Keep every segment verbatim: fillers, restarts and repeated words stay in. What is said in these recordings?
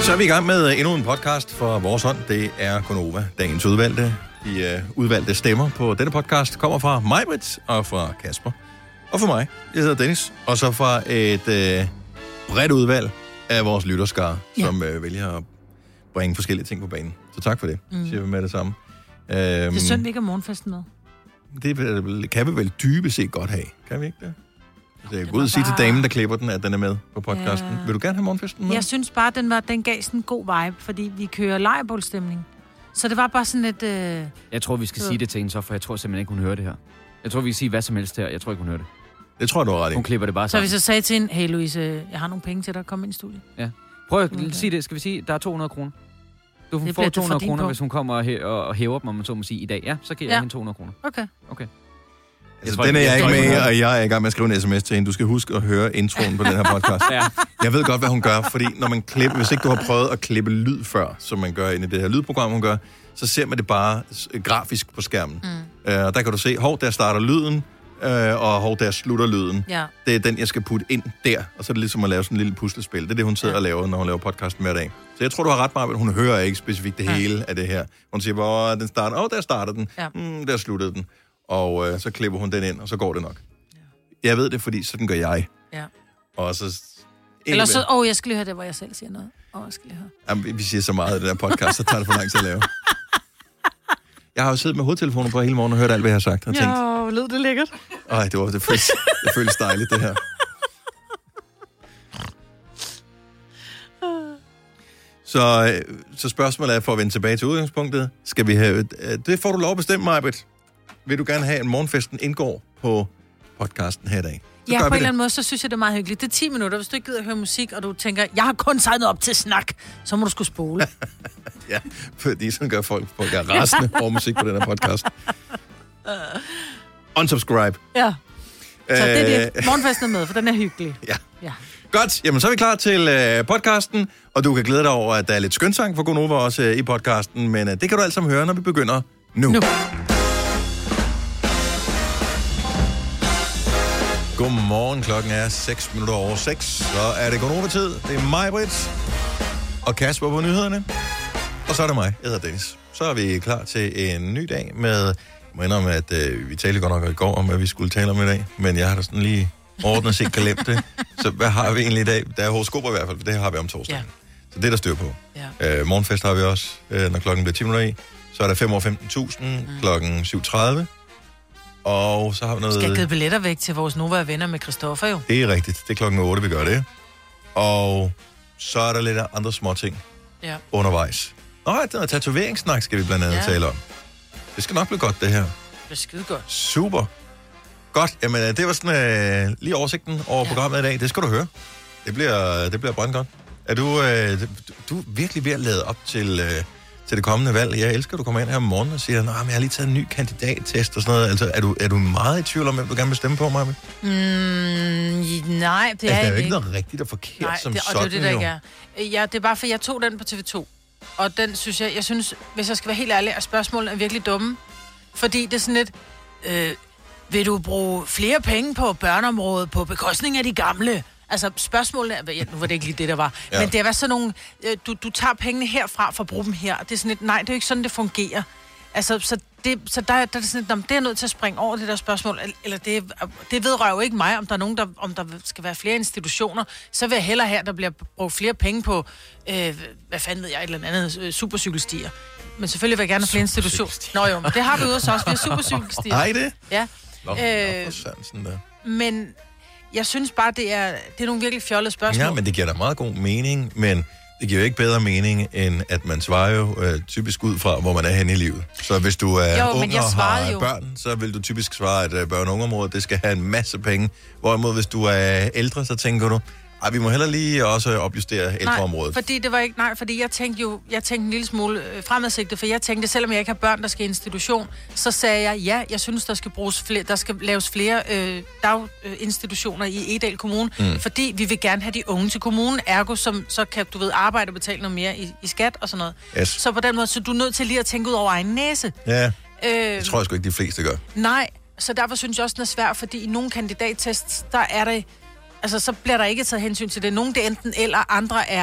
Så er vi i gang med endnu en podcast for vores hånd. Det er Gonova, dagens udvalgte. De uh, udvalgte stemmer på denne podcast kommer fra Majbrit og fra Kasper. Og fra mig, jeg hedder Dennis. Og så fra et uh, bredt udvalg af vores lytterskare, ja. som uh, vælger at bringe forskellige ting på banen. Så tak for det, mm. siger vi med det samme. Um, det er synd, vi ikke har morgenfesten med. Det kan vi vel dybest set godt have. Kan vi ikke det? Det er godt at sige til damen, der klipper den, at den er med på podcasten. Ja. Vil du gerne have morgenfesten med? Jeg synes bare, den var den gav sådan en god vibe, fordi vi kører lejrebålstemning. Så det var bare sådan et... Øh... Jeg tror, vi skal så... sige det til hende så, for jeg tror simpelthen ikke, hun hører det her. Jeg tror, vi kan sige hvad som helst her. Jeg tror ikke, hun hører det. Det tror jeg, du har ret i. Hun klipper det bare sammen. Så vi så sagde til hende, hey Louise, jeg har nogle penge til dig at komme ind i studiet. Ja. Prøv at okay. sige det. Skal vi sige, der er to hundrede kroner. Du det får to hundrede kroner, hvis hun kommer og, hæ- og hæver dem, om man så må sige, i dag. Ja, så giver ja. jeg hende to hundrede kroner. Okay. Okay. Altså, den er jeg ikke med, og jeg er i gang med at skrive en sms til hende. Du skal huske at høre introen på den her podcast. Ja. Jeg ved godt, hvad hun gør, fordi når man klipper, hvis ikke du har prøvet at klippe lyd før, som man gør inde i det her lydprogram, hun gør, så ser man det bare grafisk på skærmen. Mm. Uh, der kan du se, hov, der starter lyden, uh, og hov, der slutter lyden. Ja. Det er den, jeg skal putte ind der, og så er det ligesom at lave sådan en lille puslespil. Det er det, hun sidder ja. og laver, når hun laver podcasten hver dag. Så jeg tror, du har ret meget, men hun hører ikke specifikt det ja. hele af det her. Hun siger, hvor den starter, åh, der starter den, ja. mm, der sluttede den. Og øh, så klipper hun den ind, og så går det nok. Ja. Jeg ved det, fordi sådan gør jeg. Ja. Og så... Eller så, åh, oh, jeg skal lige høre det, hvor jeg selv siger noget. Åh, oh, jeg skal lige høre. Jamen, vi siger så meget af det der podcast, så tager det for lang tid at lave. Jeg har jo siddet med hovedtelefoner på hele morgen og hørt alt, hvad jeg har sagt. Og tænkt, jo, lød det lækkert. Ej, det var det føles, det føles dejligt, det her. Så, så spørgsmålet er, for at vende tilbage til udgangspunktet, skal vi have... Det får du lov at bestemme, Majbrit. Vil du gerne have, at morgenfesten indgår på podcasten her i dag? Så ja, på en eller anden måde, så synes jeg, det er meget hyggeligt. Det er ti minutter. Hvis du ikke gider at høre musik, og du tænker, jeg har kun signet op til snak, så må du skulle spole. Ja, fordi sådan gør folk, folk er rasende over musik på den her podcast. Unsubscribe. Ja. Så Æh... det er det. Morgenfesten er med, for den er hyggelig. Ja. Ja. Godt, jamen så er vi klar til øh, podcasten, og du kan glæde dig over, at der er lidt skønsang for Gonova også øh, i podcasten, men øh, det kan du alt sammen høre, når vi begynder nu. nu. Godmorgen, klokken er seks minutter over seks, så er det Gonova-tid. Det er mig, Britt, og Kasper på nyhederne, og så er det mig, jeg hedder Dennis. Så er vi klar til en ny dag med, jeg må indrømme, at øh, vi talte godt nok i går om, hvad vi skulle tale om i dag, men jeg har da sådan lige ordnet set glemt det. Så hvad har vi egentlig i dag? Der er horoskoper i hvert fald, for det har vi om torsdagen. Ja. Så det er der styr på. Ja. Øh, morgenfest har vi også, øh, når klokken bliver ti minutter i. Så er der fem år femten tusind mm. klokken syv tredive. Og så har vi noget... Vi skal have givet billetter væk til vores Nova venner med Christoffer jo. Det er rigtigt. Det er klokken otte, vi gør det. Og så er der lidt andre små ting ja. undervejs. Nå, det er noget tatoveringssnak, skal vi blandt andet ja. tale om. Det skal nok blive godt, det her. Det er skide godt. Super. Godt. Jamen, det var sådan øh, lige oversigten over ja. programmet i dag. Det skal du høre. Det bliver, det bliver brandgodt. Er du, øh, du, du er virkelig ved at lade op til... Øh, til det kommende valg. Jeg elsker, at du kommer ind her om morgenen og siger, nej, men jeg har lige taget en ny kandidattest og sådan noget. Altså, er du, er du meget i tvivl om, hvem du gerne vil stemme på, Maja? Mm, nej, det altså, er der er jo ikke noget rigtigt og forkert nej, som det, sådan, og det er det, der ikke er. Ja, det er bare, for jeg tog den på T V to. Og den synes jeg, jeg synes, hvis jeg skal være helt ærlig, at spørgsmålene er virkelig dumme. Fordi det er sådan lidt, øh, vil du bruge flere penge på børneområdet på bekostning af de gamle? Altså, spørgsmålet er... Ja, nu var det ikke lige det, der var. Ja. Men det er sådan nogle... Du, du tager pengene herfra for at bruge dem her. Det er sådan et... Nej, det er jo ikke sådan, det fungerer. Altså, så, det, så der, der er det sådan et... Det er nødt til at springe over det der spørgsmål. Eller det, det vedrører jo ikke mig, om der er nogen, der... Om der skal være flere institutioner. Så vil jeg hellere have, at der bliver brugt flere penge på... Øh, hvad fanden ved jeg? Et eller andet øh, supercykelstier. Men selvfølgelig vil jeg gerne have flere institutioner. Nå jo, men det har vi jo også. Vi har supercykelstier. Hej det? Ja. Nå, øh, sådan der. Men... Jeg synes bare, det er, det er nogle virkelig fjollede spørgsmål. Ja, men det giver da meget god mening, men det giver jo ikke bedre mening, end at man svarer jo øh, typisk ud fra, hvor man er henne i livet. Så hvis du er jo, ung og har jo. børn, så vil du typisk svare, at øh, børn- og ungeområdet, det skal have en masse penge. Hvorimod, hvis du er ældre, så tænker du, ej, vi må heller lige også opjustere ældreområdet. Nej, fordi det var ikke, nej, fordi jeg tænkte jo, jeg tænkte en lille smule øh, fremadsigtet, for jeg tænkte, selvom jeg ikke har børn, der skal i institution, så sagde jeg, ja, jeg synes, der skal bruges flere, der skal laves flere øh, daginstitutioner i Egedal Kommune, mm. fordi vi vil gerne have de unge til kommunen, ergo, som så kan, du ved, arbejde og betale noget mere i, i skat og sådan noget. Yes. Så på den måde, så du er nødt til lige at tænke ud over egen næse. Ja, øh, det tror jeg sgu ikke, de fleste gør. Nej, så derfor synes jeg også, den er svær, fordi i nogle kandidattests, der er det... Altså, så bliver der ikke taget hensyn til det. Nogle det enten eller, andre er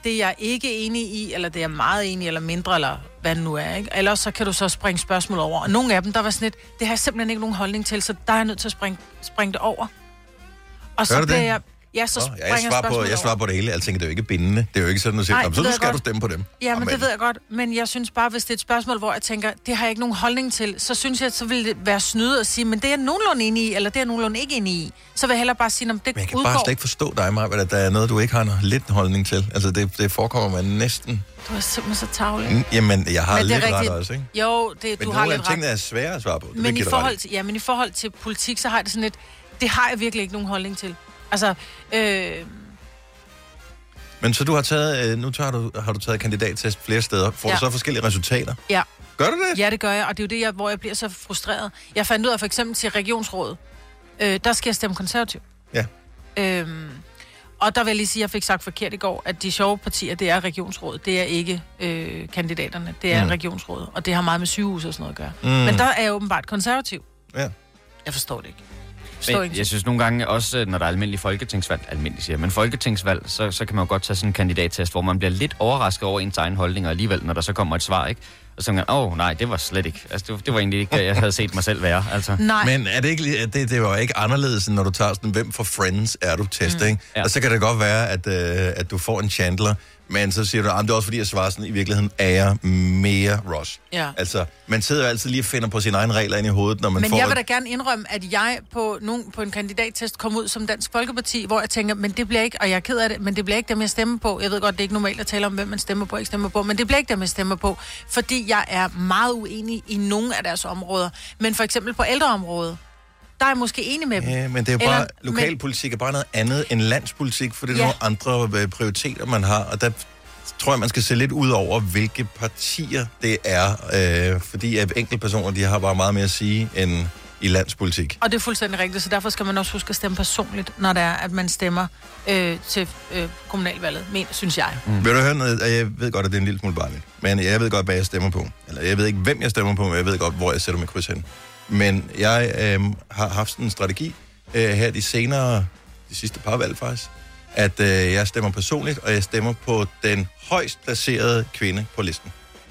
det jeg ikke er enig i, eller det jeg er meget enig i, eller mindre, eller hvad det nu er, ikke? Ellers så kan du så springe spørgsmål over. Og nogle af dem, der var sådan lidt, det har jeg simpelthen ikke nogen holdning til, så der er jeg nødt til at springe, springe det over. Og så bliver jeg... Ja, så oh, jeg, svarer på, jeg svarer på det hele. Jeg tænker, det er jo ikke bindende. Det er jo ikke sådan, at sige, så skal godt. Du stemme på dem. Ja, men oh, det ved jeg godt. Men jeg synes bare, hvis det er et spørgsmål, hvor jeg tænker, det har jeg ikke nogen holdning til, så synes jeg, så vil det være snyde at sige, men det er jeg nogenlunde enig i, eller det er jeg nogenlunde ikke enig i. Så vil jeg hellere bare sige, om det udgår. Men jeg kan udgår. bare slet ikke forstå dig, Maja, at der er noget, du ikke har lidt holdning til. Altså, det, det forekommer mig næsten... Du er simpelthen så tavlig. Jamen, jeg har lidt rigtigt... ret også, ikke? Jo, det, men du har lidt ret. Men tingene er svære at svare på. Det men i forhold til, ja, men i forhold til politik, så har jeg det sådan lidt, det har jeg virkelig ikke nogen holdning til. Altså, øh... Men så du har taget, nu tager du, har du taget kandidattest flere steder. Får ja. du så forskellige resultater? Ja. Gør du det? Ja, det gør jeg, og det er jo det, jeg, hvor jeg bliver så frustreret. Jeg fandt ud af for eksempel til regionsrådet, øh, der skal jeg stemme konservativ. Ja. Øhm, og der vil jeg lige sige, at jeg fik sagt forkert i går, at de sjove partier, det er regionsrådet. Det er ikke øh, kandidaterne, det er mm. regionsrådet. Og det har meget med sygehus og sådan noget at gøre. Mm. Men der er jeg åbenbart konservativ. Ja. Jeg forstår det ikke. Men jeg synes nogle gange også, når der er almindelig folketingsvalg, almindelig siger men folketingsvalg, så, så kan man jo godt tage sådan en kandidattest, hvor man bliver lidt overrasket over ens egen holdning, og alligevel, når der så kommer et svar, ikke? Og så tænker man, åh oh, nej, det var slet ikke. Altså, det, det var egentlig ikke, jeg havde set mig selv være. Altså. Nej. Men er det ikke, det, det var ikke anderledes, når du tager sådan, hvem for Friends er du tester, mm. ikke? Ja. Og så kan det godt være, at, øh, at du får en Chandler, men så siger du, at det er også fordi, jeg svarer sådan, i virkeligheden er jeg mere Ross. Ja. Altså, man sidder jo altid lige og finder på sine egne regler ind i hovedet, når man men får... Men jeg vil da gerne indrømme, at jeg på, nogen, på en kandidattest kom ud som Dansk Folkeparti, hvor jeg tænker, men det bliver ikke, og jeg er ked af det, men det bliver ikke dem, jeg stemmer på. Jeg ved godt, det er ikke normalt at tale om, hvem man stemmer på og ikke stemmer på, men det bliver ikke dem, jeg stemmer på, fordi jeg er meget uenig i nogle af deres områder. Men for eksempel på ældreområdet, der er jeg måske enig med dem. Ja, men det er jo bare, lokalpolitik men... er bare noget andet end landspolitik, for det er ja. nogle andre prioriteter, man har, og der tror jeg, man skal se lidt ud over, hvilke partier det er, øh, fordi at enkeltpersoner, de har bare meget mere at sige end i landspolitik. Og det er fuldstændig rigtigt, så derfor skal man også huske at stemme personligt, når det er, at man stemmer øh, til øh, kommunalvalget, men, synes jeg. Mm. Vil du høre noget? Jeg ved godt, at det er en lille smule barnligt, men jeg ved godt, hvad jeg stemmer på. Eller jeg ved ikke, hvem jeg stemmer på, men jeg ved godt, hvor jeg sætter mit kryds hen. Men jeg øh, har haft sådan en strategi øh, her de senere, de sidste par valg faktisk, at øh, jeg stemmer personligt, og jeg stemmer på den højst placerede kvinde på listen.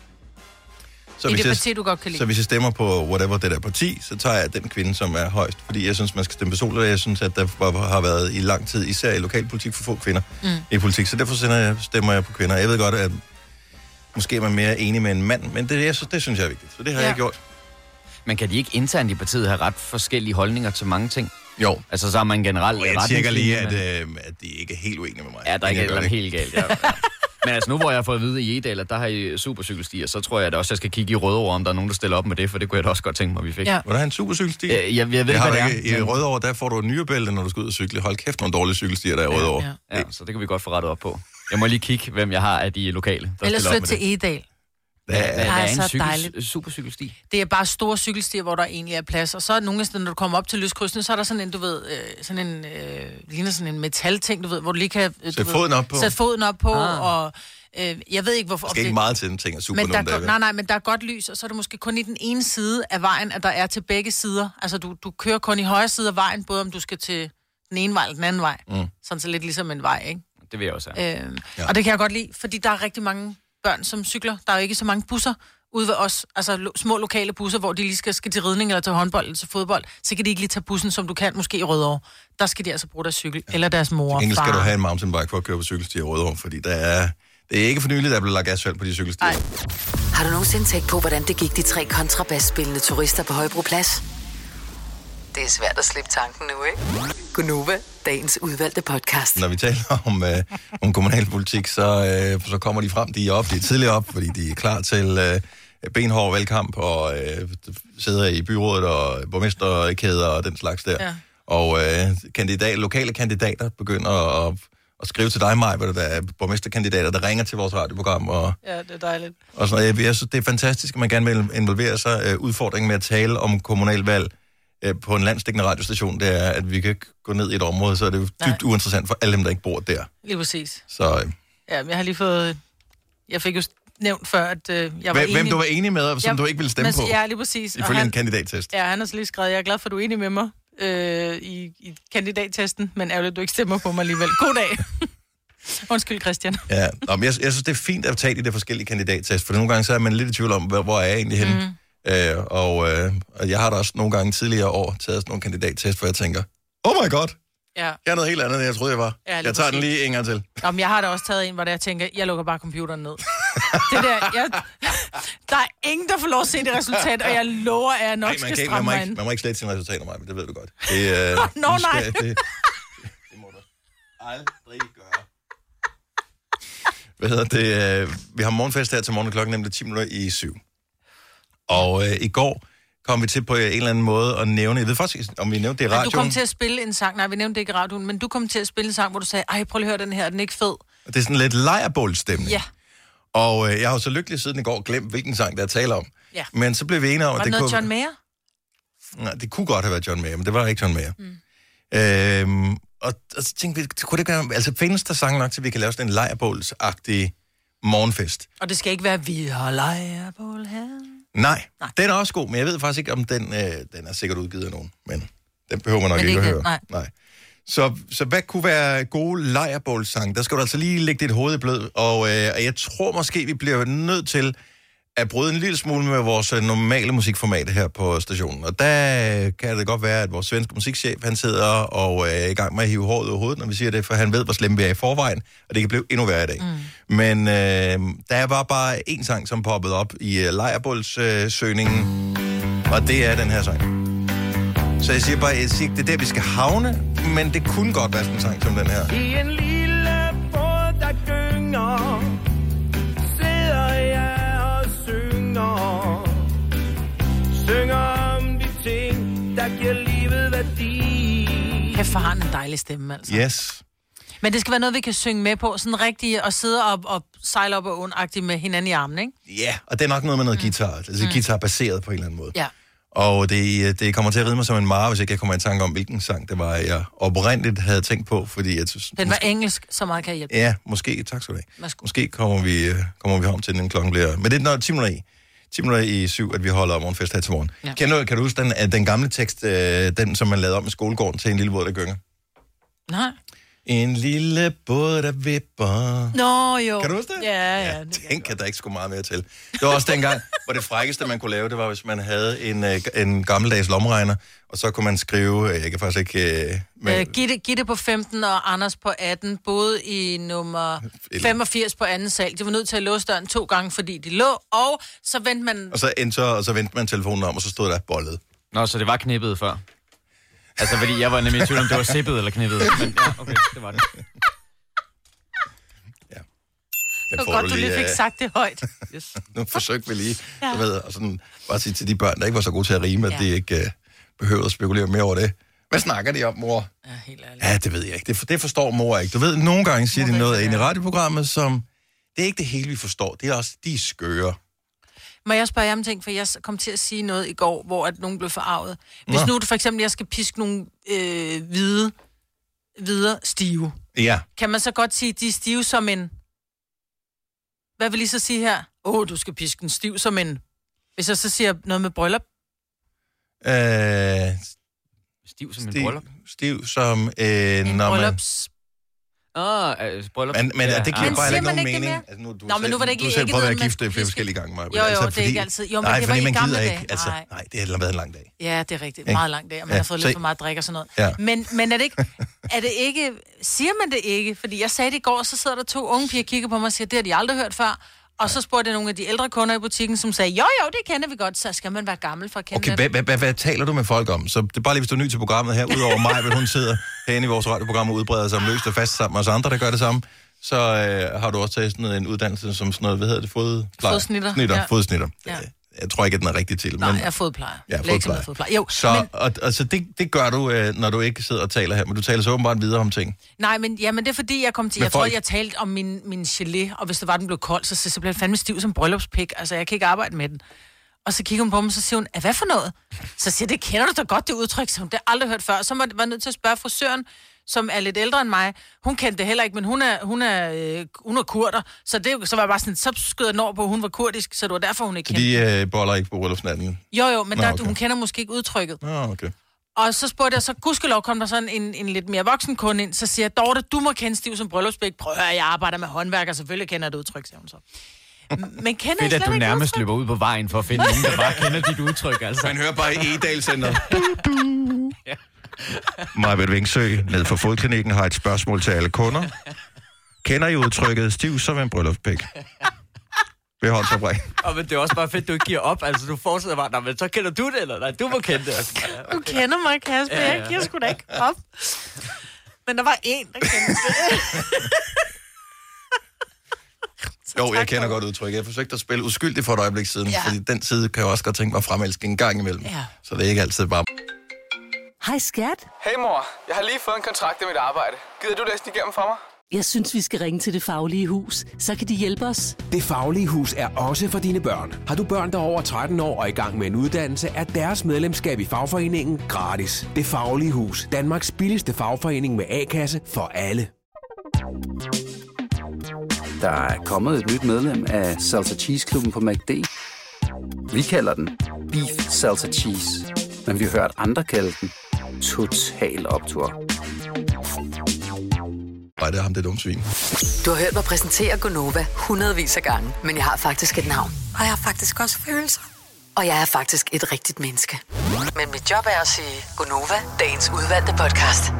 Så I hvis det jeg, parti, du godt kan lide. Så hvis jeg stemmer på whatever det der parti, så tager jeg den kvinde, som er højst. Fordi jeg synes, man skal stemme personligt, og jeg synes, at der har været i lang tid, især i lokalpolitik, for få kvinder mm. i politik. Så derfor jeg, stemmer jeg på kvinder. Jeg ved godt, at måske er man mere enig med en mand, men det, jeg synes, det synes jeg er vigtigt. Så det har ja. jeg gjort. Men kan de ikke internt i partiet have ret forskellige holdninger til mange ting? Jo. Altså, så er man generelt... Og jeg tjekker lige, at, øh, at de ikke er helt uenige med mig. Ja, der er ikke noget helt galt, ja. ja. Men altså, nu hvor jeg har fået at vide i Egedal, at der har I supercykelstier, så tror jeg at også, jeg skal kigge i Rødovre, om der er nogen, der stiller op med det, for det kunne jeg da også godt tænke mig, at vi fik. Ja. Var der en supercykelsti? Ja, jeg, jeg ved ikke, hvad det er. I men... Rødovre, der får du en nyrebælte, når du skal ud og cykle. Hold kæft, nogle dårlige cykelstier, der er i Rødovre. Ja, ja. ja, så det kan vi godt få rettet op på. Jeg må lige kigge, hvem jeg har af de lokale, der Ellers stiller op med til Egedal. Hvad ja, ja, er en så cykel, dejligt. supercykelsti? Det er bare store cykelstier, hvor der egentlig er plads. Og så er nogle af stederne, når du kommer op til lyskrydsene, så er der sådan en, du ved, øh, sådan en, øh, ligner sådan en metalting, du ved, hvor du lige kan... Øh, sætte foden op på. Sætte foden op på, ah. og øh, jeg ved ikke, hvorfor... Der skal ikke meget til den ting, er super men der, Nej, nej, men der er godt lys, og så er det måske kun i den ene side af vejen, at der er til begge sider. Altså, du, du kører kun i højre side af vejen, både om du skal til den ene vej eller den anden vej. Mm. Sådan så lidt ligesom en vej, ikke? Det vil jeg også have. Øh, ja. Og det kan jeg godt lide, fordi der er rigtig mange børn, som cykler. Der er jo ikke så mange busser ude ved os, altså lo- små lokale busser, hvor de lige skal, skal til ridning eller til håndbold eller til fodbold, så kan de ikke lige tage bussen, som du kan, måske i Rødovre. Der skal de altså bruge deres cykel, ja. eller deres mor og far. skal du have en mountainbike for at køre på cykelstier i Rødovre, fordi der er, det er ikke for nyligt, der er blevet lagt asfalt på de cykelstier. Ej. Har du nogensinde tænkt på, hvordan det gik de tre kontrabasspillende turister på Højbroplads? Det er svært at slippe tanken nu, ikke? Gunova, dagens udvalgte podcast. Når vi taler om, øh, om kommunalpolitik, så, øh, så kommer de frem, de er op, de er tidligere op, fordi de er klar til øh, benhård valgkamp, og øh, sidder i byrådet og borgmesterkæder og den slags der. Ja. Og øh, kandidat, lokale kandidater begynder at, at skrive til dig, Maj, hvor der er borgmesterkandidater, der ringer til vores radioprogram. Og, ja, det er dejligt. Og sådan, jeg, jeg synes, det er fantastisk, at man gerne vil involvere sig. Øh, udfordringen med at tale om kommunalvalg på en landsdækkende radiostation, det er, at vi kan gå ned i et område, så er det jo dybt uinteressant for alle dem, der ikke bor der. Lige præcis. Så, øh. Ja, jeg har lige fået... Jeg fik jo nævnt før, at øh, jeg var Hvem, enig... Hvem du var enig med, og som jeg, du ikke ville stemme men, på? Ja, lige præcis. Ifølge han, en kandidattest. Ja, han har så lige skrevet, jeg er glad for, at du er enig med mig øh, i, i kandidattesten, men ærgerligt, at du ikke stemmer på mig alligevel. God dag. Undskyld, Christian. Ja, Nå, men jeg, jeg synes, det er fint at tage de der forskellige kandidattest, for nogle gange så er man lidt i tvivl om, hvor, hvor er jeg egentlig henne. Mm. Øh, og, øh, og jeg har da også nogle gange tidligere år taget sådan nogle kandidattest, hvor jeg tænker, oh my god, ja. Jeg er noget helt andet, end jeg troede, jeg var. Ja, jeg tager den lige en gang til. Jamen, jeg har da også taget en, hvor jeg tænker, jeg lukker bare computeren ned. det der, jeg, der er ingen, der får lov at se det resultat, og jeg lover, at jeg nok Ej, skal kan, stramme man mig ikke, ind. Man må ikke slette sine resultater, Maja, men det ved du godt. Det, øh, Nå, no, nej. Skal, det, det må du aldrig gøre. Hvad hedder det? Øh, vi har morgenfest her til morgen, klokken nemlig ti minutter i syv. Og øh, i går kom vi til på en eller anden måde at nævne, jeg ved faktisk, om vi nævnte det i radioen. Du kom til at spille en sang, nej, vi nævnte det ikke i radioen, men du kom til at spille en sang, hvor du sagde, ej, prøv lige at høre den her, den er ikke fed. Det er sådan lidt lejrbålstemning. Ja. Og øh, jeg har jo så lykkelig siden i går glemt, hvilken sang der er tale om. Ja. Men så blev vi enige om, at det det noget kunne... John Mayer? Nej, det kunne godt have været John Mayer, men det var ikke John Mayer. Mm. Øhm, og, og så tænkte vi, kunne det gøre, altså findes der sang nok til, at vi kan lave sådan en lejrbålsagtig morgenfest? Og det skal ikke være, vi har lejrbål her. Nej, Nej, den er også god, men jeg ved faktisk ikke, om den, øh, den er sikkert udgivet af nogen. Men den behøver man nok ikke, ikke at høre. Nej. Nej. Så, så hvad kunne være gode lejrbålssange? Der skal du altså lige lægge dit hoved i blød. Og, øh, og jeg tror måske, vi bliver nødt til at bryde en lille smule med vores normale musikformat her på stationen. Og der kan det godt være, at vores svenske musikchef, han sidder og er i gang med at hive håret ud af hovedet, når vi siger det, for han ved, hvor slemme vi er i forvejen, og det kan blive endnu værre i dag. Mm. Men øh, der var bare en sang, som poppede op i uh, lejrbålssøgningen, øh, og det er den her sang. Så jeg siger bare, jeg siger, det er der, vi skal havne, men det kunne godt være sådan en sang som den her. I en lille båd, der gynger, sidder jeg og synger, synger om de ting, der giver livet værdi. Kæft, for har han en dejlig stemme, altså. Yes. Men det skal være noget, vi kan synge med på, sådan rigtigt, og sidde op og sejle op og undagtigt med hinanden i armen, ikke? Ja, yeah, og det er nok noget med noget mm. guitar, altså mm. guitar baseret på en eller anden måde. Ja. Og det, det kommer til at ride mig som en mare, hvis ikke jeg kommer i tanke om, hvilken sang det var, jeg oprindeligt havde tænkt på, fordi jeg synes... Den var måske, engelsk, så meget kan jeg hjælpe. Ja, måske. Tak skal du have. Måske kommer vi, kommer vi om til, den klokken bliver... Men det er når ti minutter i. ti minutter i syv, at vi holder morgenfest her til morgen. Ja. Kan, du, kan du huske den, den gamle tekst, den som man lavede om i skolegården til en lille båd, der gynger? Nej. En lille båd, der vipper. Nå, jo. Kan du huske det? Ja, ja. ja tænk, at der ikke skulle meget mere til. Det var også dengang, hvor det frækkeste, man kunne lave, det var, hvis man havde en, en gammeldags lomregner, og så kunne man skrive, jeg kan faktisk ikke... Uh, men... uh, Gitte, Gitte på femten og Anders på atten, boede i nummer femogfirs på anden sal. De var nødt til at låse døren to gange, fordi de lå, og så vendte man... Og så enter, og så vendte man telefonen om, og så stod der bollet. Nå, så det var knippet før? Altså, fordi jeg var nemlig i tvivl om, det var sippet eller knippet. Men ja, okay, det var det. Ja. Det var godt, du lige, du lige fik sagt det højt. Yes. Nu forsøgte vi lige, ja. du ved, og sådan, bare sige til de børn, der ikke var så gode til at rime, at ja. de ikke uh, behøvede at spekulere mere over det. Hvad snakker de om, mor? Ja, helt ærligt. Ja, det ved jeg ikke. Det, for, det forstår mor ikke. Du ved, nogle gange siger de noget ind i radioprogrammet, som... Det er ikke det hele, vi forstår. Det er også, de er skøre. Må jeg spørge jer om ting, for jeg kom til at sige noget i går, hvor at nogen blev forarvet. Hvis Nå. nu for eksempel, jeg skal piske nogle øh, hvide, videre stive. Ja. Kan man så godt sige, at de er stive som en... Hvad vil I så sige her? Åh, oh, du skal piske den stiv som en... Hvis jeg så siger noget med bryllup? Øh... Stiv som en bryllup? Stiv som en... En bryllups... Åh, oh, uh, bryllup. Men, men ja. det giver men bare ikke nogen ikke mening. Altså, nu, du Nå, men nu var det ikke... Du selv prøvet at være gift flere forskellige gange, Maja. Jo, jo, altså, det fordi, er ikke altid. Jo, men nej, det var fordi i man gider ikke. Ikke, altså, nej. nej, det har været en lang dag. Ja, det er rigtigt. Meget lang dag, og man ja. har fået så... lidt for meget drik og sådan noget. Ja. Men, men er det ikke... Er det ikke... Siger man det ikke? Fordi jeg sagde det i går, så sidder der to unge piger og kigger på mig og siger, det har de aldrig hørt før. Og så spurgte jeg nogle af de ældre kunder i butikken, som sagde, jo, jo, det kender vi godt, så skal man være gammel for at kende okay, det. Okay, hvad taler du med folk om? Så det er bare lige, hvis du er ny til programmet her, udover mig, hvor hun sidder herinde i vores radioprogram og udbreder sig om løst og fast sammen med os andre, der gør det samme, så øh, har du også taget sådan en uddannelse som sådan noget, hvad hedder det, fodplejer? Fodsnitter. Snitter, ja. Fodsnitter. Ja. Jeg tror ikke, at den er rigtig til. Nej, men... jeg er fodplejer. Ja, fodplejer. fodplejer. Jo, så men... og, altså, det, det gør du, øh, når du ikke sidder og taler her, men du taler så åbenbart videre om ting. Nej, men, ja, men det er fordi, jeg kom til... Med jeg folk... tror, jeg talte om min, min gelé, og hvis det var, den blev kold, så, så blev det fandme stiv som bryllupspik. Altså, jeg kan ikke arbejde med den. Og så kigger hun på mig, og så siger hun, hvad for noget? Så siger det kender du da godt, det udtryk, som det har aldrig hørt før. Så var jeg nødt til at spørge frisøren, som er lidt ældre end mig. Hun kendte det heller ikke, men hun er, hun er, øh, hun er kurder. Så, det, så var jeg bare sådan, så skød jeg den over på, at hun var kurdisk, så det var derfor, hun ikke kendte. Så de øh, boller ikke på bryllupsnatten? Jo, jo, men Nå, der, okay. hun kender måske ikke udtrykket. Nå, okay. Og så spurgte jeg, så gudskelov kom der sådan en, en lidt mere voksen kunde ind, så siger jeg, Dorte, du må kende stiv som bryllupsbæk. Prøv at høre, jeg arbejder med håndværk, og selvfølgelig kender jeg det udtryk, siger hun så. Men kender Fedt, at du nærmest udtryk? løber ud på vejen for at finde nogen, der bare kender dit udtryk, altså. Man hører bare i Egedal-centret. Ja. Majbert Vingsø, ned for fodklinikken, har et spørgsmål til alle kunder. Kender I udtrykket stiv som en bryllupsbæk? Ved håndsopræk. Og men det er også bare fedt, du ikke giver op. Altså, du fortsætter bare, nej, men så kender du det, eller nej, du må kende det. Altså. Ja, okay. Du kender mig, Kasper. Ja, ja. Jeg giver sgu da ikke op. Men der var en, der kendte det. Jo, jeg kender godt udtryk. Jeg forsøgte at spille uskyldigt for et øjeblik siden, ja. fordi den side kan jeg også godt tænke mig at fremelske en gang imellem. Ja. Så det er ikke altid bare... Hej skat. Hey mor, jeg har lige fået en kontrakt i mit arbejde. Gider du læse den igennem for mig? Jeg synes, vi skal ringe til Det Faglige Hus. Så kan de hjælpe os. Det Faglige Hus er også for dine børn. Har du børn, der er over tretten år og i gang med en uddannelse, er deres medlemskab i fagforeningen gratis. Det Faglige Hus. Danmarks billigste fagforening med A-kasse for alle. Der er kommet et nyt medlem af Salsa Cheese Klubben på McD. Vi kalder den Beef Salsa Cheese, men vi har hørt andre kalde den Total Optur. Nej, det er ham, det dumme svin. Du har hørt mig præsentere Gonova hundredvis af gange, men jeg har faktisk et navn. Og jeg har faktisk også følelser. Og jeg er faktisk et rigtigt menneske. Men mit job er at sige Gonova, dagens udvalgte podcast.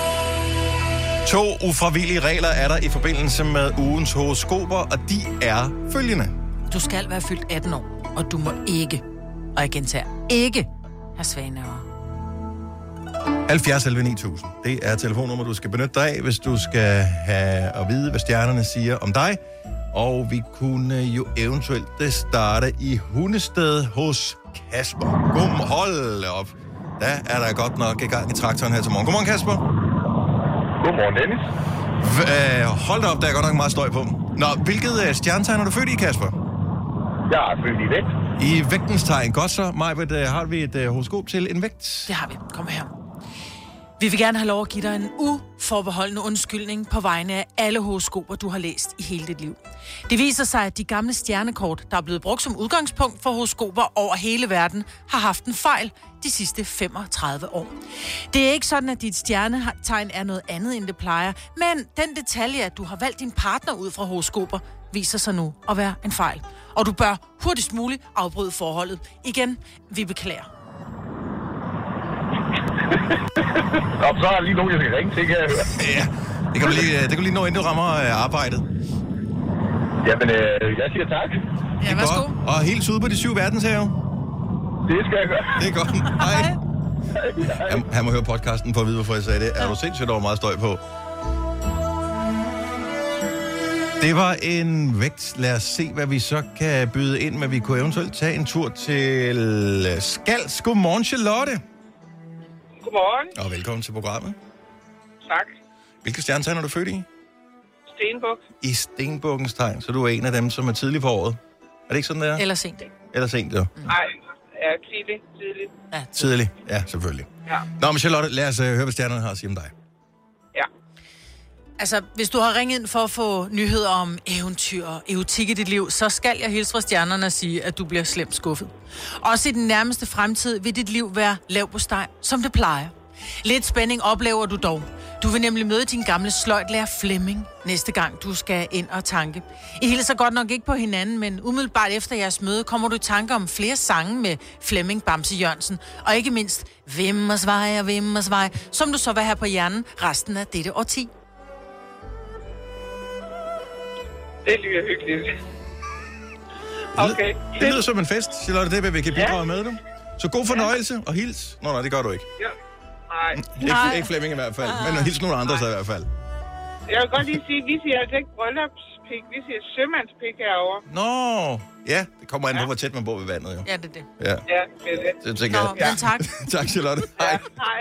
To ufravillige regler er der i forbindelse med ugens horoskoper, og de er følgende. Du skal være fyldt atten år, og du må ikke, og jeg gentager, ikke have svagenæver. halvfjerds elleve ni tusind. Det er telefonnummer, du skal benytte dig af, hvis du skal have at vide, hvad stjernerne siger om dig. Og vi kunne jo eventuelt starte i Hundested hos Kasper. Godmorgen, hold op. Der er der godt nok i gang i traktoren her til morgen. Godmorgen, Kasper. Godmorgen, Dennis. V- øh, hold da op, der er godt nok meget støj på. Nå, hvilket øh, stjernetegn er du født i, Kasper? Jeg er født i vægt. I vægtens tegn. Godt så. Majbert, øh, har vi et øh, horoskop til en vægt? Det har vi. Kom her. Vi vil gerne have lov at give dig en uforbeholdende undskyldning på vegne af alle horoskoper, du har læst i hele dit liv. Det viser sig, at de gamle stjernekort, der er blevet brugt som udgangspunkt for horoskoper over hele verden, har haft en fejl de sidste femogtredive år. Det er ikke sådan, at dit stjernetegn er noget andet, end det plejer, men den detalje, at du har valgt din partner ud fra horoskoper, viser sig nu at være en fejl. Og du bør hurtigst muligt afbryde forholdet. Igen, vi beklager. Og så er der lige nogen, jeg skal ringe til, kan jeg høre. Ja, det kan du lige, det kan du lige nå, inden du rammer arbejdet. Jamen, øh, jeg siger tak. Ja, værsgo. Og helt ude på de syv verdenshave. Det skal jeg gøre. Det er godt. Hej. Han, han må høre podcasten for at vide, hvorfor jeg sagde det. Er du sindssygt, der var meget støj på? Det var en vægt. Lad os se, hvad vi så kan byde ind med. Vi kunne eventuelt tage en tur til Skals. Godmorgen, Charlotte. Godmorgen. Og velkommen til programmet. Tak. Hvilke stjernetegn er du født i? Stenbuk. I Stenbukkens tegn, så du er en af dem, som er tidlig på året. Er det ikke sådan, det er? Eller sent. Eller sent, ja. Nej, ja, tidligt. Tidligt. Ja, tidligt. Ja, selvfølgelig. Ja. Nå, men Charlotte, lad os uh, høre, hvad stjernerne har at sige om dig. Ja. Altså, hvis du har ringet ind for at få nyheder om eventyr og erotik i dit liv, så skal jeg hilse fra stjernerne og sige, at du bliver slemt skuffet. Også i den nærmeste fremtid vil dit liv være lav på steg, som det plejer. Lidt spænding oplever du dog. Du vil nemlig møde din gamle sløjtlærer Flemming næste gang, du skal ind og tanke. I hilser godt nok ikke på hinanden, men umiddelbart efter jeres møde kommer du i tanke om flere sange med Flemming Bamse Jørgensen, og ikke mindst Vimmersvej og Vimmersvej, som du så vil have på hjernen resten af dette årti. Det lyder hyggeligt. Okay. Det, det lyder som en fest, Charlotte, det er, hvad vi kan bidrage ja. med, du. Så god fornøjelse og hils. Nå, nej, det gør du ikke. Ja. Nej. Ikke, Nej. ikke Flemming i hvert fald, men hils nogle andre så i hvert fald. Jeg vil godt lige sige, at vi siger altså ikke bryllupspik, vi siger sømandspik herovre. Nå, ja, det kommer an på, ja. hvor tæt man bor ved vandet, jo. Ja, det er det. Ja, ja det er det. Det tænker Nå, jeg. men tak. Tak, Charlotte. Hej. Ja, hej.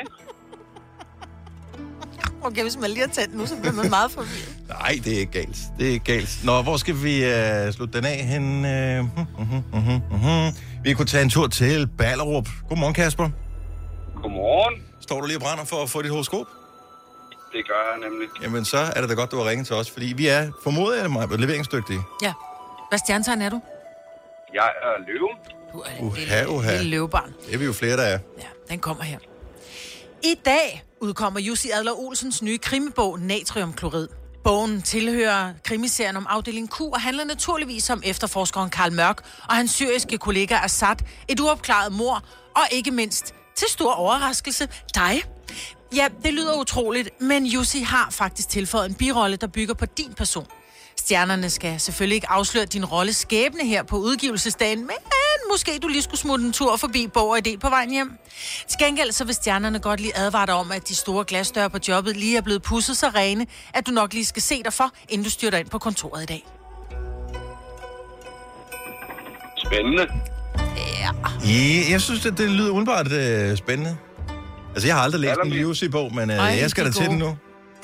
Okay, hvis man lige har tændt nu, så bliver man meget forvirret. Nej, det er ikke galt. Det er ikke galt. Nå, hvor skal vi uh, slutte den af hen? Uh, uh, uh, uh, uh. Vi kunne tage en tur til Ballerup. Godmorgen, Kasper. Godmorgen. Står du lige og brænder for at få dit horoskop? Det gør jeg nemlig. Jamen, så er det da godt, du har ringet til os, fordi vi er, formoder jeg mig, leveringsdygtige. Ja. Hvad stjernetegn er du? Jeg er løven. Du er uha, uha. lille løvebarn. Det er vi jo flere, der er. Ja, den kommer her. I dag udkommer Jussi Adler-Olsens nye krimibog Natriumklorid. Bogen tilhører krimiserien om afdeling Q og handler naturligvis om efterforskeren Karl Mørk og hans syriske kollega Assad, et uopklaret mord og ikke mindst, til stor overraskelse, dig. Ja, det lyder utroligt, men Jussi har faktisk tilføjet en birolle, der bygger på din person. Stjernerne skal selvfølgelig ikke afsløre din rolle skæbne her på udgivelsesdagen, men måske du lige skulle smutte en tur forbi Bog og Idé på vejen hjem. Til gengæld så vil stjernerne godt lige advare dig om, at de store glasdøre på jobbet lige er blevet pudset så rene, at du nok lige skal se dig for, inden du styrter ind på kontoret i dag. Spændende. Ja. Ja, jeg synes, det, det lyder udenbart øh, spændende. Altså, jeg har aldrig læst en Jussi-bog, men øh, Ej, jeg skal da til den nu.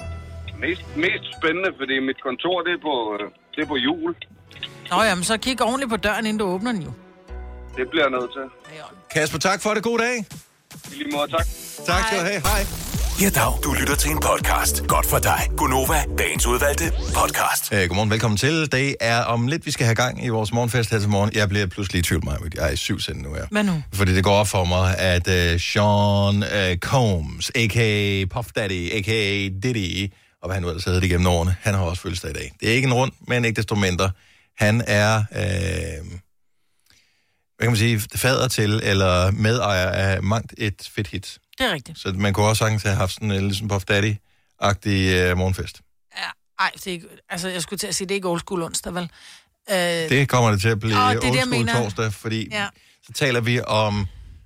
Mest, mest spændende, fordi mit kontor, det er på, det er på jul. Nå jamen, så kig ordentligt på døren, inden du åbner den jo. Det bliver jeg nødt til. Kasper, tak for det. God dag. I lige måde, tak. Tak skal du have. Hej. Ja, dag. Du lytter til en podcast. Godt for dig. Gunova, dagens udvalgte podcast. Hey, godmorgen, velkommen til. Det er om lidt, vi skal have gang i vores morgenfest her til morgen. Jeg bliver pludselig i tvivl, mig. Jeg er i syv sende nu her. Hvad nu? Fordi det går op for mig, at uh, Sean uh, Combs, a k a. Puff Daddy, a k a. Diddy, og hvad han nu ellers hedder det igennem årene, han har også fødselsdag i dag. Det er ikke en rund, men ikke desto mindre. Han er, øh, hvad kan man sige, fader til, eller medejer af mangt et fedt hit. Det er rigtigt. Så man kunne også sagtens have haft sådan en ligesom Puff Daddy-agtig øh, morgenfest. Ja, ej, det er ikke, altså jeg skulle til at sige, det er ikke old school onsdag, vel? Øh, det kommer det til at blive åh, old det, school torsdag, fordi ja. så taler vi om,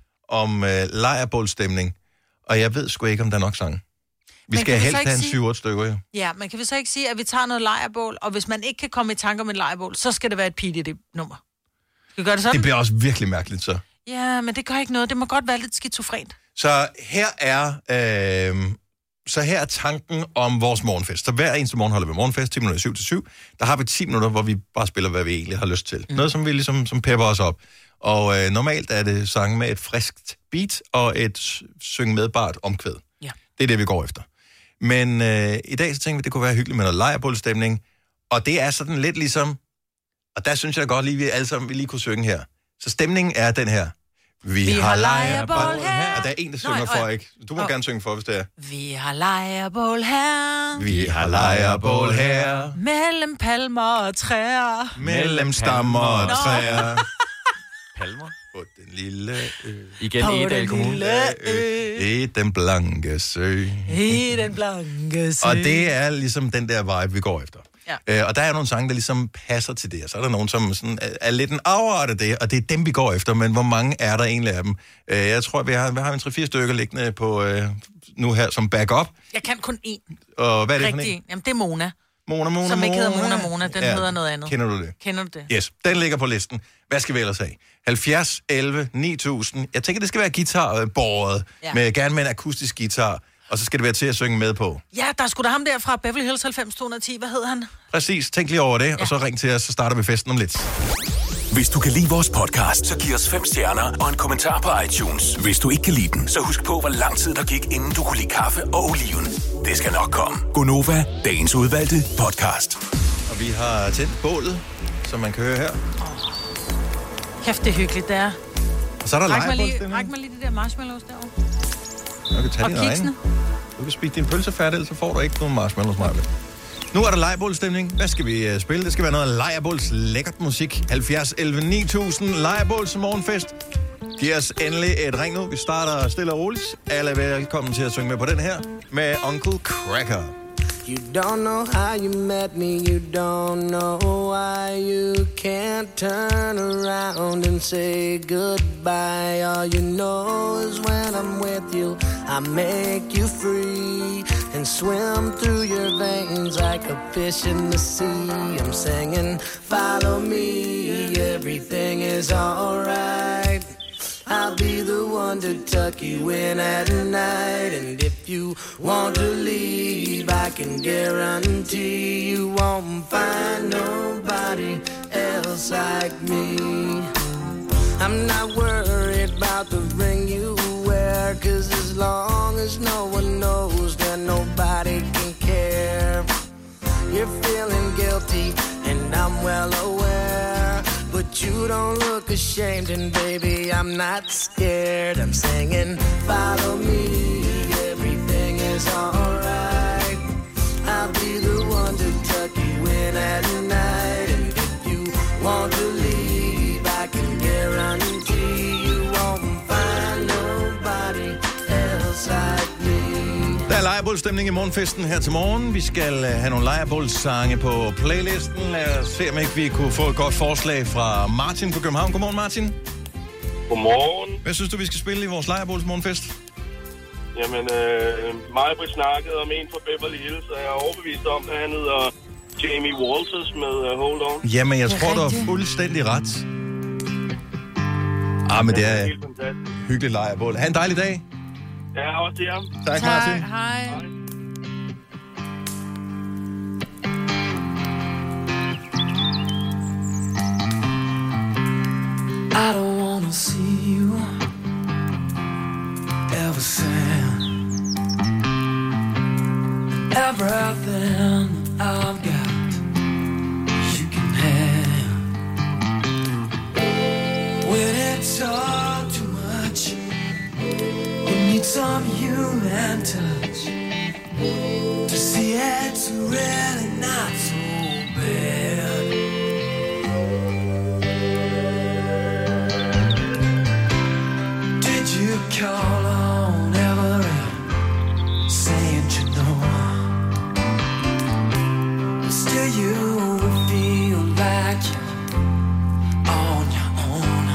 om øh, lejrbålstemning, og jeg ved sgu ikke, om der er nok sang. Vi skal helst have en syv otte stykker, jo. Ja, men kan vi så ikke sige, at vi tager noget lejrbål, og hvis man ikke kan komme i tanke om et lejrbål, så skal det være et P D D-nummer. Skal vi gøre det sådan? Det bliver også virkelig mærkeligt, så. Ja, men det gør ikke noget. Det må godt være lidt skizofrent. Så her er, øh, så her er tanken om vores morgenfest. Så hver eneste morgen holder vi morgenfest, ti minutter syv til syv. Der har vi ti minutter, hvor vi bare spiller, hvad vi egentlig har lyst til. Mm. Noget, som vi ligesom som pepper os op. Og øh, normalt er det sange med et friskt beat og et synge medbart omkvæd. Ja. Det er det, vi går efter. Men øh, i dag så tænkte vi, det kunne være hyggeligt med noget lejrbålstemning. Og det er sådan lidt ligesom, og der synes jeg godt lige, vi alle sammen vi lige kunne synge her. Så stemningen er den her. Vi, vi har lejrbål her. Og der er en, der synger Nå, for, ikke? Du må oh. gerne synge for, hvis det er. Vi har lejrbål her. Vi har lejrbål her. Mellem palmer og træer. Mellem stammer og træer. Palmer? På den lille ø. Igen i Edal Kommune. I den blanke sø. I den blanke sø. Og det er ligesom den der vibe, vi går efter. Ja. Øh, og der er nogle sange, der ligesom passer til det, og så er der nogle, som sådan er, er lidt en afart af det, og det er dem, vi går efter, men hvor mange er der egentlig af dem? Øh, jeg tror, vi har, vi har en tre fire stykker liggende på øh, nu her som backup. Jeg kan kun én. Og hvad er det Rigtig. for en? Jamen, det er Mona. Mona, Mona, Som ikke Mona. hedder Mona, Mona. Den ja. hedder noget andet. Kender du det? Kender du det? Yes, den ligger på listen. Hvad skal vi ellers have? halvfjerds elleve ni tusind. Jeg tænker, det skal være guitarbåret, ja. med gerne med en akustisk guitar. Og så skal det være til at synge med på. Ja, der skulle da ham der fra Beverly Hills halvfems to ti. Hvad hed han? Præcis. Tænk lige over det, ja. Og så ring til os, så starter vi festen om lidt. Hvis du kan lide vores podcast, så giv os fem stjerner og en kommentar på iTunes. Hvis du ikke kan lide den, så husk på, hvor lang tid der gik, inden du kunne lide kaffe og oliven. Det skal nok komme. Gonova, dagens udvalgte podcast. Og vi har tændt bålet, som man kan høre her. Kæft, det er hyggeligt, det er. Og så er der lejrebålstemning. Ræk mig lige de der marshmallows derovre. Jeg kan tage og kiksene. Du kan spise din pølse færdig, ellers så får du ikke nogen marshmallows, Maja. Nu er der lejrbålstemning. Hvad skal vi uh, spille? Det skal være noget lejrbåls lækkert musik. halvfjerds elleve ni tusind lejrbåls morgenfest. Giv os endelig et ring nu. Vi starter stille og roligt. Alle er velkommen til at synge med på den her med Uncle Cracker. You don't know how you met me, you don't know why you can't turn around and say goodbye. All you know is when I'm with you, I make you free and swim through your veins like a fish in the sea. I'm singing, follow me, everything is alright. I'll be the one to tuck you in at night. And if you want to leave, I can guarantee you won't find nobody else like me. I'm not worried about the ring you wear, 'cause as long as no one knows, then nobody can care. You're feeling guilty and I'm well aware, but you don't look ashamed, and baby, I'm not scared. I'm singing, follow me, is alright. I'll be the one to tuck you in at night. And if you want to leave, I can guarantee you won't find nobody else like me. Der er lejrebålstemning i morgenfesten her til morgen. Vi skal have nogle lejrebålssange på playlisten. Lad os se, om ikke vi kunne få et godt forslag fra Martin på København. Godmorgen, Martin. Godmorgen. Hvad synes du, vi skal spille i vores lejrebålsmorgenfest? Jamen, øh, mig blev snakket om en fra Beverly Hills, og jeg er overbevist om, at han hedder Jamie Walters med uh, Hold On. Jamen, jeg tror, du har fuldstændig ret. Ah, men det er hyggeligt lejrebål. Ha' en dejlig dag. Ja, også til ham. Tak, Martin. Hej. I don't wanna see you ever sad. Everything I've got you can have. When it's all too much, you need some human touch to see it's really not so bad. Did you call on Everett saying you know? Still you feel like you're on your own.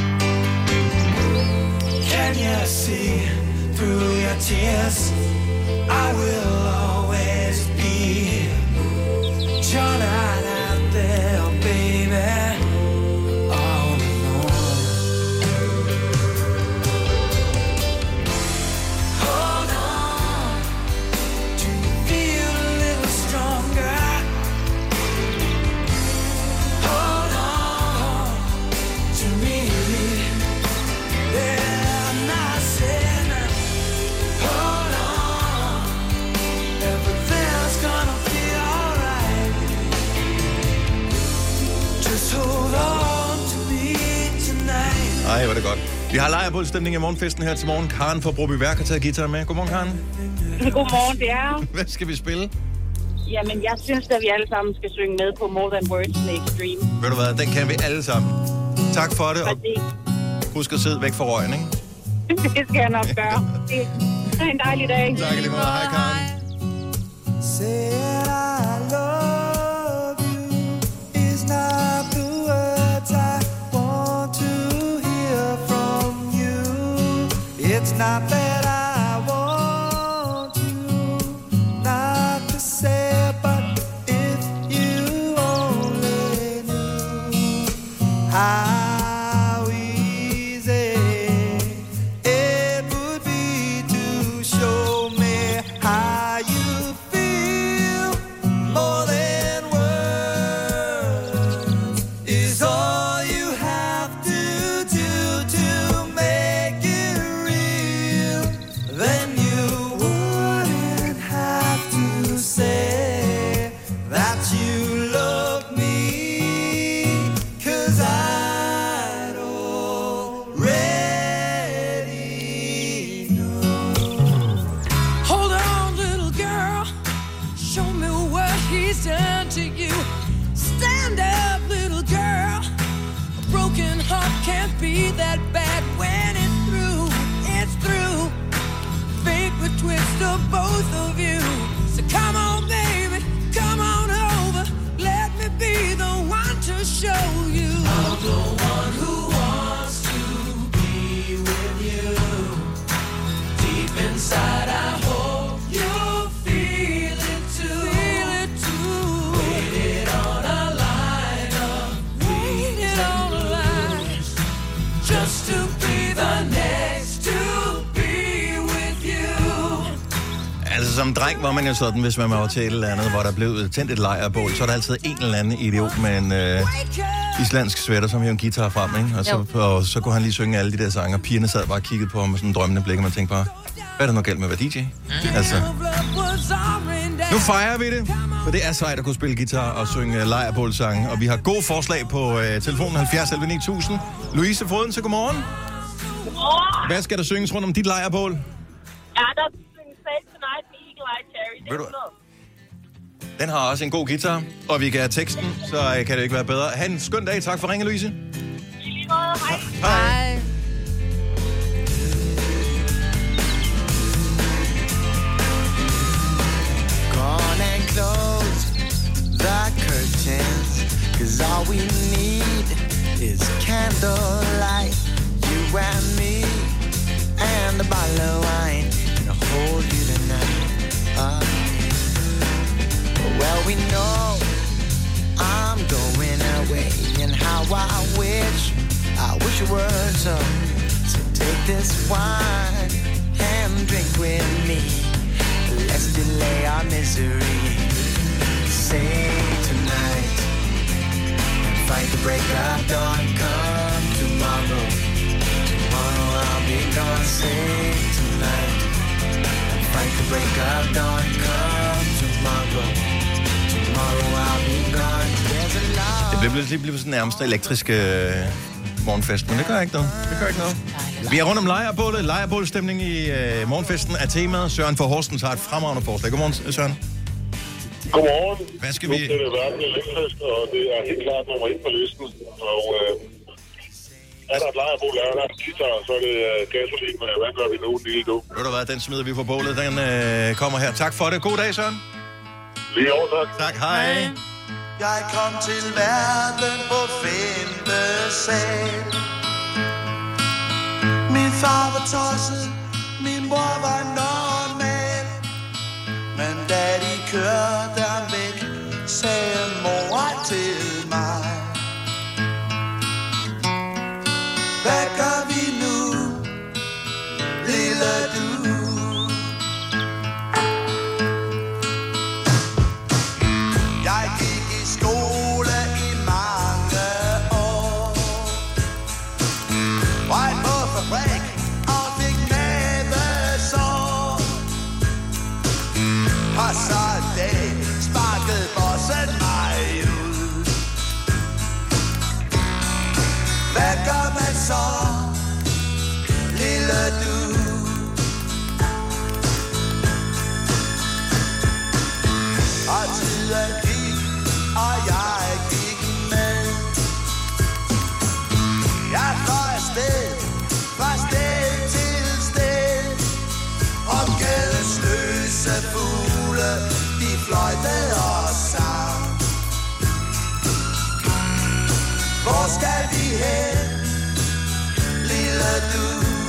Can you see through your tears? I will always be here. You're not out there, baby, all alone. Hold on, do you feel a little stronger? Hold on to me. Yeah, I'm not saying that. Hold on, everything's gonna be alright. Just hold on to me tonight. Ej, hvor er det godt. Vi har lejrebålstemning i morgenfesten her til morgen. Karen fra Brobyværk har taget guitar med. Godmorgen, Karen. Godmorgen, det er. Hvad skal vi spille? Jamen, jeg synes, at vi alle sammen skal synge med på More Than Words med Extreme. Ved du hvad, den kan vi alle sammen. Tak for det, og Fordi husk at sidde væk fra røgen, ikke? det skal jeg nok gøre. Ha' en dejlig dag. Tak lige meget. Hej, Karen. Said I love you is not the words I want to hear from you. It's not that I want you not to say, but if you only knew how easy it would be to show me how you feel. More than words is all you have to do to make it real. Then you wouldn't have to say that you love me, 'cause I'd already know. Hold on, little girl, show me what he's done to you. Stand up, little girl, a broken heart can't be that bad. When it's through, it's through. Fate would twist of both of you. So come on, baby, come on over. Let me be the one to show you. I'm the one who wants to be with you. Deep inside, I hope you'll feel it too. Feel it too. Waited on a line of waited on a line just to be the next to be with you. Altså, som dreng var man jo sådan, hvis man var til et eller andet, hvor der blev tændt et lejrebål, så er der altid en eller anden idiot med en øh, islandsk sweater, som hævde en guitar frem, ikke? Og så, og så kunne han lige synge alle de der sange, og pigerne sad bare og kiggede på ham med sådan en drømmende blik, og man tænkte bare, hvad er der noget galt med at være D J? Altså, nu fejrer vi det, for det er sejt at kunne spille guitar og synge lejrebålsange, og vi har gode forslag på øh, telefonen halvfjerds elleve ni tusind. Louise Foden, så godmorgen. Godmorgen. Hvad skal der synges rundt om dit lejrebål? Ja, der synges Save Tonight med Mariah Carey. Det er Ved du- hundrede. Den har også en god guitar, og vi kan have teksten, så øh, kan det ikke være bedre. Ha' en skøn dag. Tak for ringen, Louise. I lige måde. Hej. Hej. Gone and close the curtains, 'cause all we need is candlelight. You and me and a bottle of wine, and I'll hold you tonight. Uh, well, we know I'm going away, and how I wish, I wish it were so. So take this wine and drink with me. Let's delay our misery. Say tonight and fight the break of dawn. Come tomorrow, tomorrow I'll be gone. Say tonight and fight the break of dawn. Come tomorrow, tomorrow I'll be gone. There's a lot. Det bliver lige blevet sådan nærmest elektrisk øh, morgenfest, men det gør ikke noget. Det gør ikke noget. Vi er rundt om lejrebålet. Lejrebålstemning i øh, morgenfesten er temaet. Søren for Horsten har et fremragende forslag. Godmorgen, Søren. Godmorgen. Hvad skal nu vi... Nu er det verden elektrisk, og det er helt klart nummer et på listen. Og øh, er der et lejrebål, er der et guitar, så er det øh, gasolin. Hvad gør vi nu, lille du? Ved du hvad, den smider vi på bålet. Den øh, kommer her. Tak for det. God dag, Søren. Lige over, tak. Tak, hej. hej. Jeg kom til verden på femte sal. Min far var tosset, min mor var normal. Men da de kørte ham væk, sagde mor til mig: hvad gør vi nu, lille du? Jeg gik i skole i mange år, røg på fabrik og fik mavesår. Og så en dag sparkede bossen mig ud. Hvad gør man så, lille du? Og tiden gik, og jeg gik med. Jeg fløj afsted, fra sted til sted. Og gadens løse fugle, de fløjtede og sang. Hvor skal vi hen, lille du?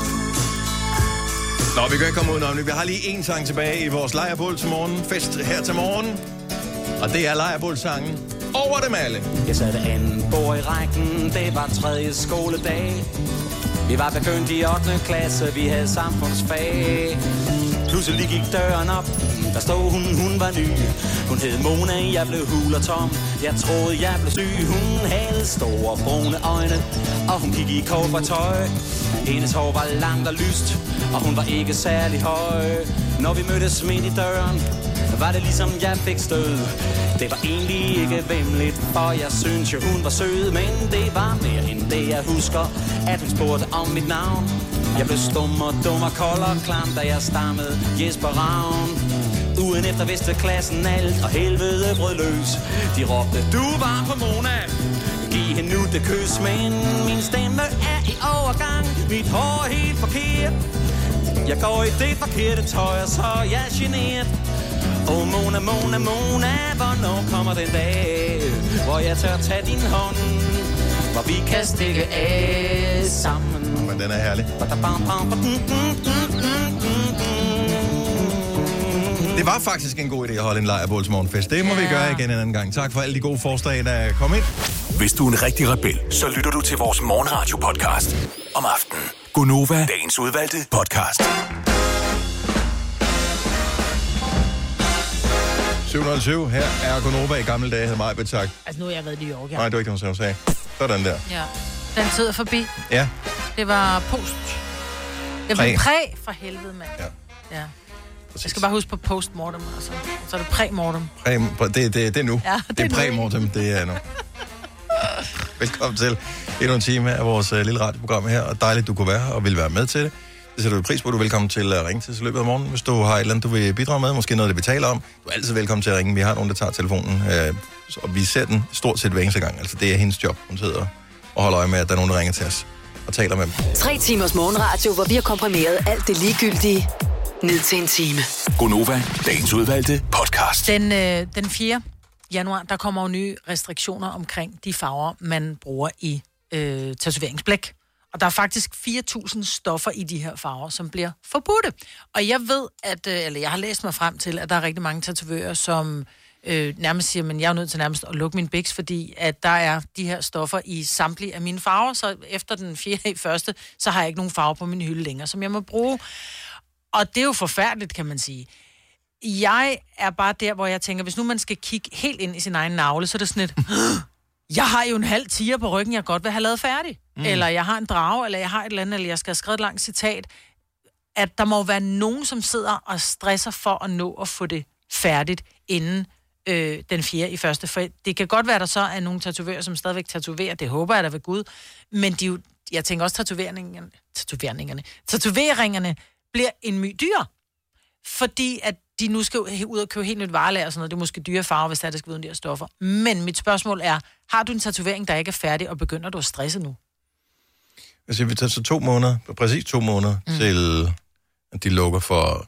Nå, vi kan ikke komme ud om det. Vi har lige en sang tilbage i vores lejrebål til morgen. Fest her til morgen. Og det er lejrebålsangen Over dem alle. Jeg satte anden bord i rækken, det var tredje skoledag. Vi var begyndt i ottende klasse, vi havde samfundsfag. Pludselig gik døren op, der stod hun, hun var ny. Hun hed Mona, jeg blev hul og tom. Jeg troede, jeg blev syg. Hun havde store brune øjne, og hun gik i cowboytøj. Hendes hår var langt og lyst, og hun var ikke særlig høj. Når vi mødtes midt i døren, var det ligesom jeg fik stød. Det var egentlig ikke vemmeligt, for jeg synes jo hun var sød. Men det var mere end det jeg husker, at hun spurgte om mit navn. Jeg blev stum og dum og kold og klam, da jeg stammede Jesper Ravn. Ugen efter vidste klassen alt, og helvede brød løs. De råbte, du var på Mona, giv hende nu det kys. Men min stemme er i overgang, mit hår er helt forkert. Jeg går i det forkerte tøj, så jeg er generet. Åh, oh, Mona, Mona, Mona, hvornår kommer den dag, hvor jeg tør tage din hånd, hvor vi kan stikke af sammen. Men den er herlig. Det var faktisk en god idé at holde en lejrebålsmorgenfest. Det må ja. vi gøre igen en anden gang. Tak for alle de gode forslag, der kom ind. Hvis du er en rigtig rebel, så lytter du til vores morgenradio-podcast om aftenen. Gonova, dagens udvalgte podcast. syv nul syv, her er Gonova. I gamle dage havde mig betagt. Altså nu har jeg været i New York, ja. Nej, det var ikke noget, som jeg sagde. Sådan der. Ja. Den tid er forbi. Ja. Det var post. Det var Præ. præ for helvede, mand. Ja. Ja. Jeg skal bare huske på postmortem, altså. Så er det præ-mortem. Præ, det, det, det er nu. Ja, det, det er præ-mortem, det er nu. Velkommen til endnu en time af vores uh, lille radioprogram her, og dejligt, du kunne være her og ville være med til det. Det sætter vi pris på. Du er velkommen til at ringe til os i løbet af morgenen, hvis du har et eller andet, du vil bidrage med. Måske noget, det vi taler om. Du er altid velkommen til at ringe. Vi har nogen, der tager telefonen. Øh, og vi ser den stort set hver eneste gang. Altså, det er hendes job. Hun sidder og holder øje med, at der er nogen, der ringer til os og taler med dem. Tre timers morgenradio, hvor vi har komprimeret alt det ligegyldige ned til en time. Gonova, dagens udvalgte podcast. Den, øh, den fjerde januar, der kommer jo nye restriktioner omkring de farver, man bruger i øh, tatoveringsblæk. Og der er faktisk fire tusind stoffer i de her farver, som bliver forbudte. Og jeg ved, at, øh, eller jeg har læst mig frem til, at der er rigtig mange tatovører, som øh, nærmest siger, men jeg er nødt til nærmest at lukke min biks, fordi at der er de her stoffer i samtlige af mine farver, så efter den fjerde i første, så har jeg ikke nogen farver på min hylde længere, som jeg må bruge. Og det er jo forfærdeligt, kan man sige. Jeg er bare der, hvor jeg tænker, hvis nu man skal kigge helt ind i sin egen navle, så er det sådan et, jeg har jo en halv tiger på ryggen, jeg godt vil have lavet færdig. Mm. Eller jeg har en drage, eller jeg har et eller andet, eller jeg skal have skrevet et langt citat. At der må være nogen, som sidder og stresser for at nå at få det færdigt inden øh, den fjerde i første. For det kan godt være, der så er nogle tatovører, som stadigvæk tatoverer. Det håber jeg da ved Gud. Men de jo, jeg tænker også, tatoveringerne, tatoveringerne, tatoveringerne bliver en my dyr. Fordi at de nu skal ud og købe helt nyt varelager og sådan noget. Det er måske dyre farver, hvis der skal vide de her stoffer. Men mit spørgsmål er, har du en tatovering, der ikke er færdig, og begynder du at stresse nu? Altså, vi tager så to måneder, præcis to måneder, mm. til at de lukker for,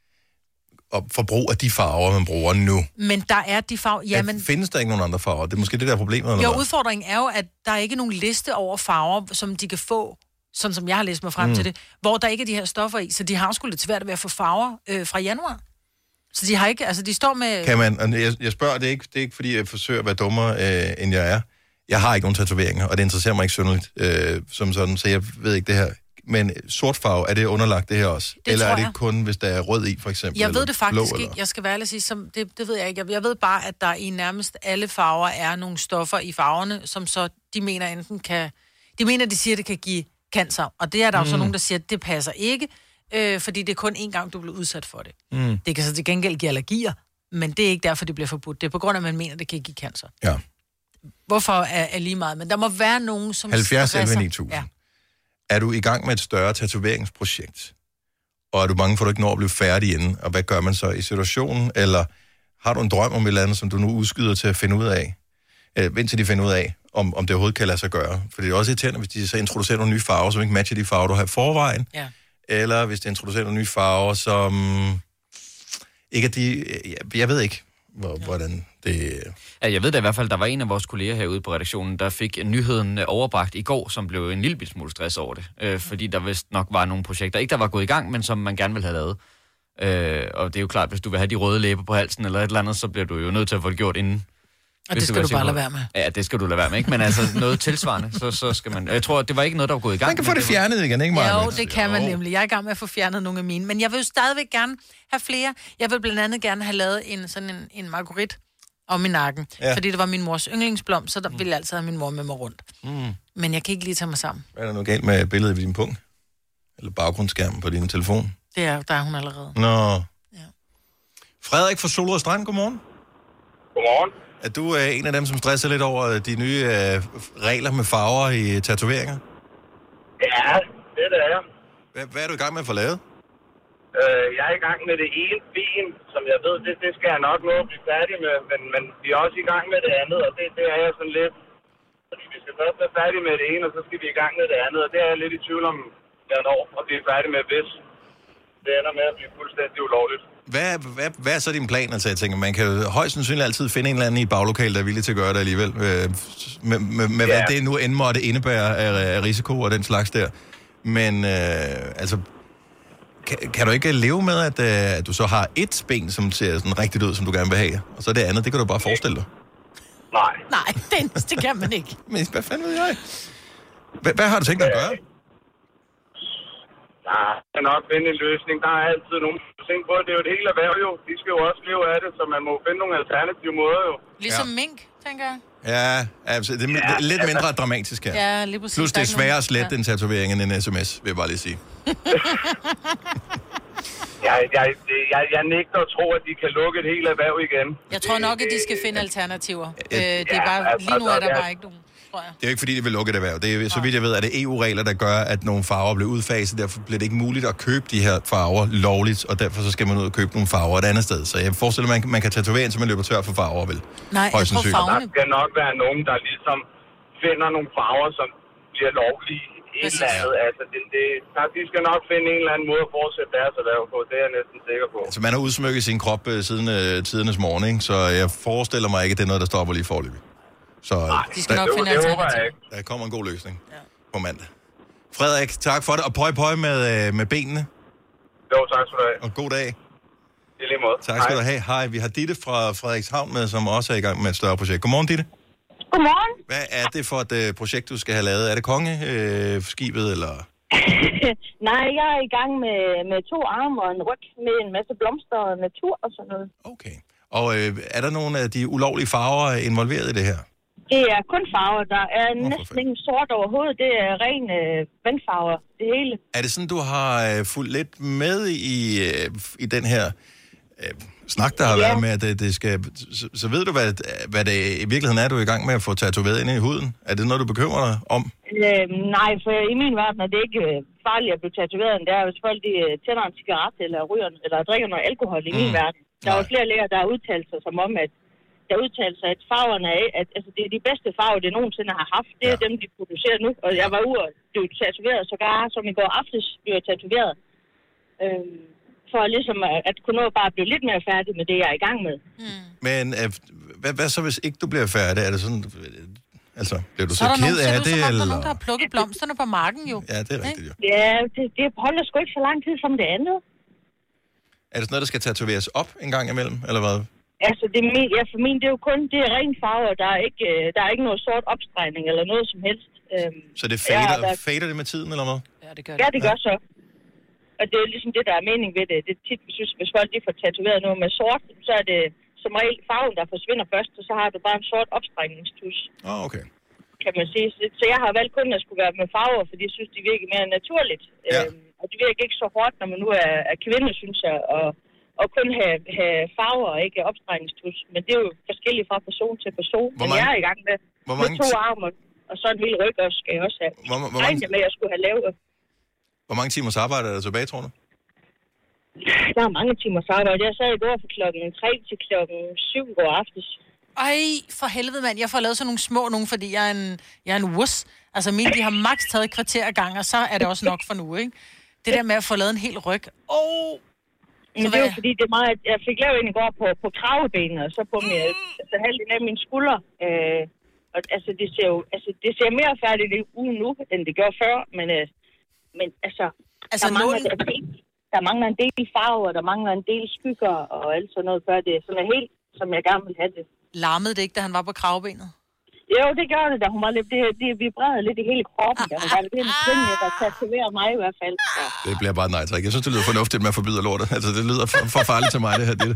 for brug af de farver, man bruger nu. Men der er de farver... Ja, men... Findes der ikke nogen andre farver? Det er måske det der problemet, eller jo, hvad? udfordringen er jo, at der er ikke nogen liste over farver, som de kan få, sådan som jeg har læst mig frem mm. til det, hvor der ikke er de her stoffer i. Så de har sgu lidt svært ved at få farver øh, fra januar. Så de har ikke... Altså, de står med... Kan man... Jeg, jeg spørger, det er, ikke, det er ikke, fordi jeg forsøger at være dummere, øh, end jeg er. Jeg har ikke nogen tatoveringer, og det interesserer mig ikke synderligt øh, som sådan, så jeg ved ikke det her. Men sort farve, er det underlagt det her også? Det eller er det jeg. kun, hvis der er rød i, for eksempel? Jeg ved det faktisk blå, ikke. Jeg skal være ærlig at sige, som, det, det ved jeg ikke. Jeg, jeg ved bare, at der i nærmest alle farver er nogle stoffer i farverne, som så de mener enten kan... De mener, de siger, at det kan give cancer. Og det er der mm. jo så nogen, der siger, at det passer ikke, øh, fordi det er kun én gang, du bliver udsat for det. Mm. Det kan så til gengæld give allergier, men det er ikke derfor, det bliver forbudt. Det er på grund af, at man mener, at det kan give cancer. Ja. Hvorfor er, er lige meget? Men der må være nogen, som... halvfjerds elleve ni tusind. Ja. Er du i gang med et større tatoveringsprojekt, og er du bange for, at du ikke når at blive færdig inden, og hvad gør man så i situationen? Eller har du en drøm om et eller andet, som du nu udskyder til at finde ud af? Øh, indtil de finder ud af, om, om det overhovedet kan lade sig gøre. For det er også irriterende, hvis de så introducerer nogle nye farver, som ikke matcher de farver, du har i forvejen. Ja. Eller hvis de introducerer nogle nye farver, som ikke er de... Jeg, jeg ved ikke, hvor, ja. hvordan det... Ja, jeg ved da i hvert fald, der var en af vores kolleger herude på redaktionen, der fik nyheden overbragt i går, som blev en lille smule stress over det. Øh, fordi der vist nok var nogle projekter, ikke der var gået i gang, men som man gerne ville have lavet. Øh, og det er jo klart, hvis du vil have de røde læber på halsen eller et eller andet, så bliver du jo nødt til at få det gjort inden. Og det skal du bare lade være med. Ja, det skal du lade være med, ikke? Men altså noget tilsvarende, så, så skal man... Jeg tror, det var ikke noget, der var gået i gang. Man kan få det fjernet igen, ikke meget? Jo, det kan man nemlig. Jeg er i gang med at få fjernet nogle af mine. Men jeg vil jo stadigvæk gerne have flere. Jeg vil blandt andet gerne have lavet en, sådan en, en marguerit om i nakken. Ja. Fordi det var min mors yndlingsblom, så der ville jeg altid have min mor med mig rundt. Mm. Men jeg kan ikke lige tage mig sammen. Er der noget galt med billedet ved din punkt? Eller baggrundsskærmen på din telefon? Det er, der er hun allerede. Nå. Ja. Frederik fra Solrød Strand, godmorgen. Godmorgen. Er du øh, en af dem, som stresser lidt over de nye øh, regler med farver i tatoveringer? Ja, det er det er. Hvad, hvad er du i gang med at få lavet? Øh, jeg er i gang med det ene ben, som jeg ved, det, det skal jeg nok nå at blive færdig med, men, men vi er også i gang med det andet, og det, det er jeg sådan lidt... Fordi vi skal først være færdige med det ene, og så skal vi i gang med det andet, og det er jeg lidt i tvivl om, jeg når, og det er færdig med, hvis det ender med at blive fuldstændig ulovligt. Hvad, hvad, hvad er så din plan? Altså, jeg tænker, man kan jo højst sandsynligt altid finde en eller anden i et baglokale, der er villig til at gøre det alligevel. Øh, med med, med ja. hvad det nu end måtte indebære af, af risiko og den slags der. Men øh, altså, kan, kan du ikke leve med, at, øh, at du så har et ben, som ser sådan rigtigt ud, som du gerne vil have, og så det andet, det kan du bare forestille dig? Nej. Nej, det, det kan man ikke. Men hvad fanden ved jeg? Hvad, hvad har du tænkt dig at gøre? Ja, jeg kan nok finde en løsning. Der er altid nogen, der tænker på, det er jo et helt erhverv jo. De skal jo også leve af det, så man må finde nogle alternative måder jo. Ligesom ja. mink, tænker jeg. Ja, altså, det er ja, lidt mindre altså. dramatisk her. Ja, lige præcis. Plus det er sværere at slette ja. en tatovering end en sms, vil jeg bare lige sige. jeg, jeg, jeg, jeg nægter at tro, at de kan lukke et helt erhverv igen. Jeg tror nok, at de skal finde alternativer. Ja, øh, det er bare, lige nu er der bare ikke nogen. tror jeg. Det er jo ikke, fordi de vil lukke et erhverv. Det er, så vidt jeg ved, at det E U-regler, der gør, at nogle farver bliver udfaset. Derfor bliver det ikke muligt at købe de her farver lovligt, og derfor så skal man ud og købe nogle farver et andet sted. Så jeg forestiller mig, at man kan tatovere, indtil man løber tør for farver, vel? Nej, jeg tror farverne... Der skal nok være nogen, der ligesom finder nogle farver, som bliver lovlige et eller andet. Altså, det, det, de skal nok finde en eller anden måde at fortsætte deres erhverv på. Det er jeg næsten sikker på. Altså, man har udsmykket sin krop uh, siden uh, tidernes morgen, ikke? Så jeg forestiller mig ikke, at det er noget, der stopper lige forløbig. Så Nej, de skal der, nok finde alternativ. Der kommer en god løsning ja. på mandag. Frederik, tak for det. Og pøj pøj med, uh, med benene. Jo, tak skal du have. Og god dag. I lige måde. Tak skal Hej. du have. Hej, vi har Ditte fra Frederikshavn med, som også er i gang med et større projekt. Godmorgen, Ditte. Godmorgen. Hvad er det for et uh, projekt, du skal have lavet? Er det kongeskibet, uh, eller? Nej, jeg er i gang med, med to arme og en ryg med en masse blomster og natur og sådan noget. Okay. Og øh, er der nogle af de ulovlige farver involveret i det her? Det er kun farver. Der er oh, næsten ingen sort overhovedet. Det er ren øh, vandfarver, det hele. Er det sådan, du har øh, fulgt lidt med i, øh, i den her øh, snak, der har ja. været med, at det, det skal... Så, så ved du, hvad, hvad det i virkeligheden er, du er i gang med at få tatoveret ind i huden? Er det noget, du bekymrer dig om? Øh, nej, for i min verden er det ikke farligt at blive tatoveret, end det er, hvis folk de tænder en cigaret eller ryger eller drikker noget alkohol i mm. min verden. Der er jo flere læger, der har udtalt sig som om, at der udtalt sig, at farverne er, at altså, det er de bedste farver, det nogensinde har haft. Det er ja. dem, de producerer nu. Og jeg var ude og blev tatoveret, sågar som i går aftes blev jeg tatoveret. Øh, for ligesom at, at kunne nå bare blive lidt mere færdig med det, jeg er i gang med. Mm. Men øh, hvad, hvad så, hvis ikke du bliver færdig? Er det sådan... Altså, bliver du så, så ked nogen, af det, det, eller? Så er eller? der nogen, der har plukket blomsterne på marken, jo. Ja, det er rigtigt, jo. Ja, det, det holder sgu ikke så lang tid som det andet. Er det sådan noget, der skal tatoveres op en gang imellem, eller hvad? Altså, det er min, ja, for min, det er jo kun, det er ren farver. Der er ikke, der er ikke noget sort opstregning eller noget som helst. Øhm, så det fader, ja, der... fader det med tiden, eller hvad? Ja, det gør det. Ja, det gør så. Og det er ligesom det, der er mening ved det. Det er tit, hvis, hvis folk de får tatoveret noget med sort, så er det som regel farven, der forsvinder først, og så har du bare en sort opstregningstus. Åh, oh, okay. Kan man sige. Så jeg har valgt kun at skulle være med farver, fordi jeg synes, de virker mere naturligt. Ja. Øhm, og de virker ikke så hårdt, når man nu er, er kvinde, synes jeg, og, og kun have, have farver og ikke opstregningstus. Men det er jo forskelligt fra person til person. Hvor mange, men jeg er i gang med, med to arme, og så en hel ryg også skal jeg også have. Hvor, hvor mange, med, at jeg skulle have lavet. Hvor mange timers arbejde er der tilbage, tror du? Der er mange timers arbejde. Jeg sad i går fra klokken tre til klokken syv i går aftes. Ej, for helvede, mand. Jeg får lavet sådan nogle små nogle, fordi jeg er en, jeg er en wuss. Altså, mine, de har maks taget et kvarter af gang, og så er det også nok for nu, ikke? Det der med at få lavet en hel ryg. Åh! Oh. Men det er jo fordi, det er meget... Jeg fik lavet en i går på, på kravebenet, og så på min, altså, halvdelen af mine skuldre. Øh, og, altså, det ser jo altså, det ser mere færdigt ud nu, end det gjorde før, men, øh, men altså... altså der, mangler, nogen... der, der mangler en del farver, der mangler en del skygger, og alt sådan noget, før det sådan er helt, som jeg gerne vil have det. Larmede det ikke, da han var på kravebenet? Jo, det gjorde det, da hun var lidt... Det, det vibrerede lidt i hele kroppen, da hun var lidt. Det er en ting, der tatoverer mig i hvert fald. Ja. Det bliver bare nej, tak. Jeg synes, det lyder fornuftigt, at man forbyder lortet. Altså, det lyder for, for farligt til mig, det her. Det.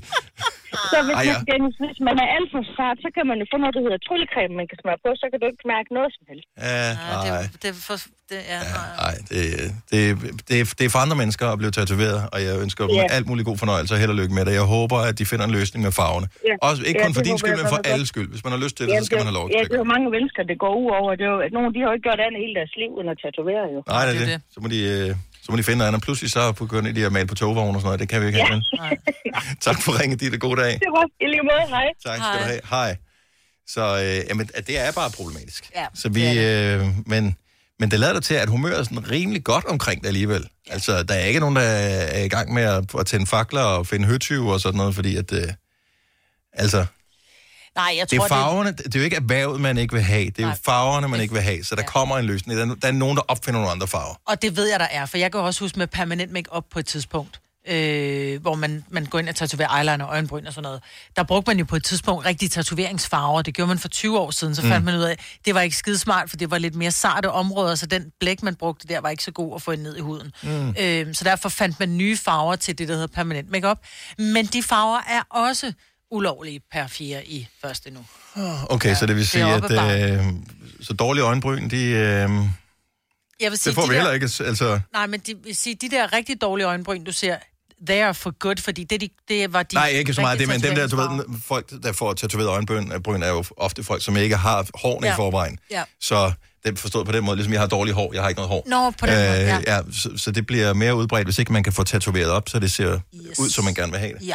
Så hvis, Ej, ja. Dennis, hvis man er alt for sart, så kan man jo få noget, der hedder tryllecreme, man kan smøre på, så kan du ikke mærke noget som helst. Ja, nej. Det, det, for, det, ja, ja, nej, det, det, det, det er for andre mennesker at blive tatoveret, og jeg ønsker dem yeah. alt muligt god fornøjelse og held og lykke med det. Jeg håber, at de finder en løsning med farverne. Yeah. Også ikke kun yeah, for din skyld, men for alles skyld. Hvis man har lyst til det, yeah, så skal det, man have lov til ja, det. Ja, det er jo mange mennesker, det går ud over. Det er jo, at nogle de har jo ikke gjort andet hele deres liv, end at tatovere jo. Nej, det er det. det. Så må de... Så må de finde noget andet. Pludselig så begynder de at male på togvogn og sådan noget. Det kan vi ikke ja. have. Tak for ringet, Ditte. God dag. Det var i lige måde. Hej. Tak skal du have. Hej. Så øh, jamen, det er bare problematisk. Ja, så vi, øh, men, men det lader dig til, at humøret er sådan rimelig godt omkring det alligevel. Ja. Altså, der er ikke nogen, der er i gang med at, at tænde fakler og finde høtyve og sådan noget, fordi at... Øh, altså... Nej, jeg tror, det er farverne, det... det er jo ikke erhvervet, man ikke vil have. Det er Nej. jo farverne, man ikke vil have. Så der ja. kommer en løsning. Der er, der er nogen, der opfinder nogle andre farver. Og det ved jeg, der er. For jeg kan også huske med permanent make-up på et tidspunkt, øh, hvor man, man går ind og tatoverer eyeliner, øjenbryn og sådan noget. Der brugte man jo på et tidspunkt rigtige tatoveringsfarver. Det gjorde man for tyve år siden. Så fandt mm. man ud af, det var ikke skidesmart, for det var lidt mere sarte områder, så den blæk, man brugte der, var ikke så god at få ind ned i huden. Mm. Øh, så derfor fandt man nye farver til det, der hedder permanent make-up. Men de farver er også... ulovlige per fjerde i første nu. Okay, ja, så det vil sige, det at øh, så dårlige øjenbryn, de... Øh, jeg vil sige, det får de vi der, heller ikke, altså... Nej, men de vil sige, de der rigtig dårlige øjenbryn, du ser, there for good, fordi det, de, det var de... Nej, ikke så meget det, men dem der, du ved, tatoveringsfarver. folk, der får tatoveret øjenbryn, bryn, er jo ofte folk, som ikke har hårene Ja. i forvejen. Ja. Så det er forstået på den måde, ligesom jeg har dårligt hår, jeg har ikke noget hår. Nå, på den måde, ja. ja så, så det bliver mere udbredt, hvis ikke man kan få tatoveret op, så det ser yes. ud, som man gerne vil have det. Ja.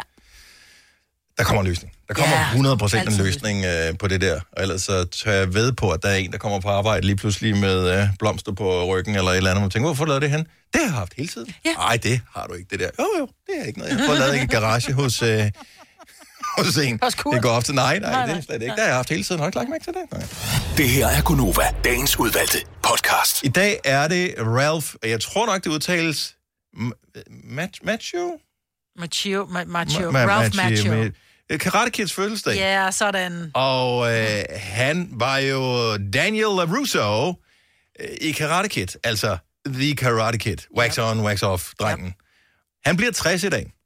Der kommer en løsning. Der kommer Ja, hundrede procent en altid løsning øh, på det der. Og ellers så tør jeg ved på, at der er en, der kommer på arbejde lige pludselig med øh, blomster på ryggen eller et eller andet. Man tænker, hvorfor lavede det hen? Det har jeg haft hele tiden. Nej, ja. det har du ikke, det der. Jo, jo, det er ikke noget. Jeg har fået lavet i en garage hos, øh, hos en. Det går ofte. Nej, nej, nej, det er slet ikke. Det har jeg haft hele tiden. Har jeg ikke lagt mærke til det? Nej. Det her er Gonova, dagens udvalgte podcast. I dag er det Ralph. Jeg tror nok, det udtales Macho? Macho. Macho. Ma- Ralph Macho. med- Karate Kids fødselsdag. Ja, yeah, sådan. Og øh, han var jo Daniel LaRusso øh, i Karate Kid. Altså The Karate Kid. Wax on, wax off, drengen. Yep. Han bliver tres i dag.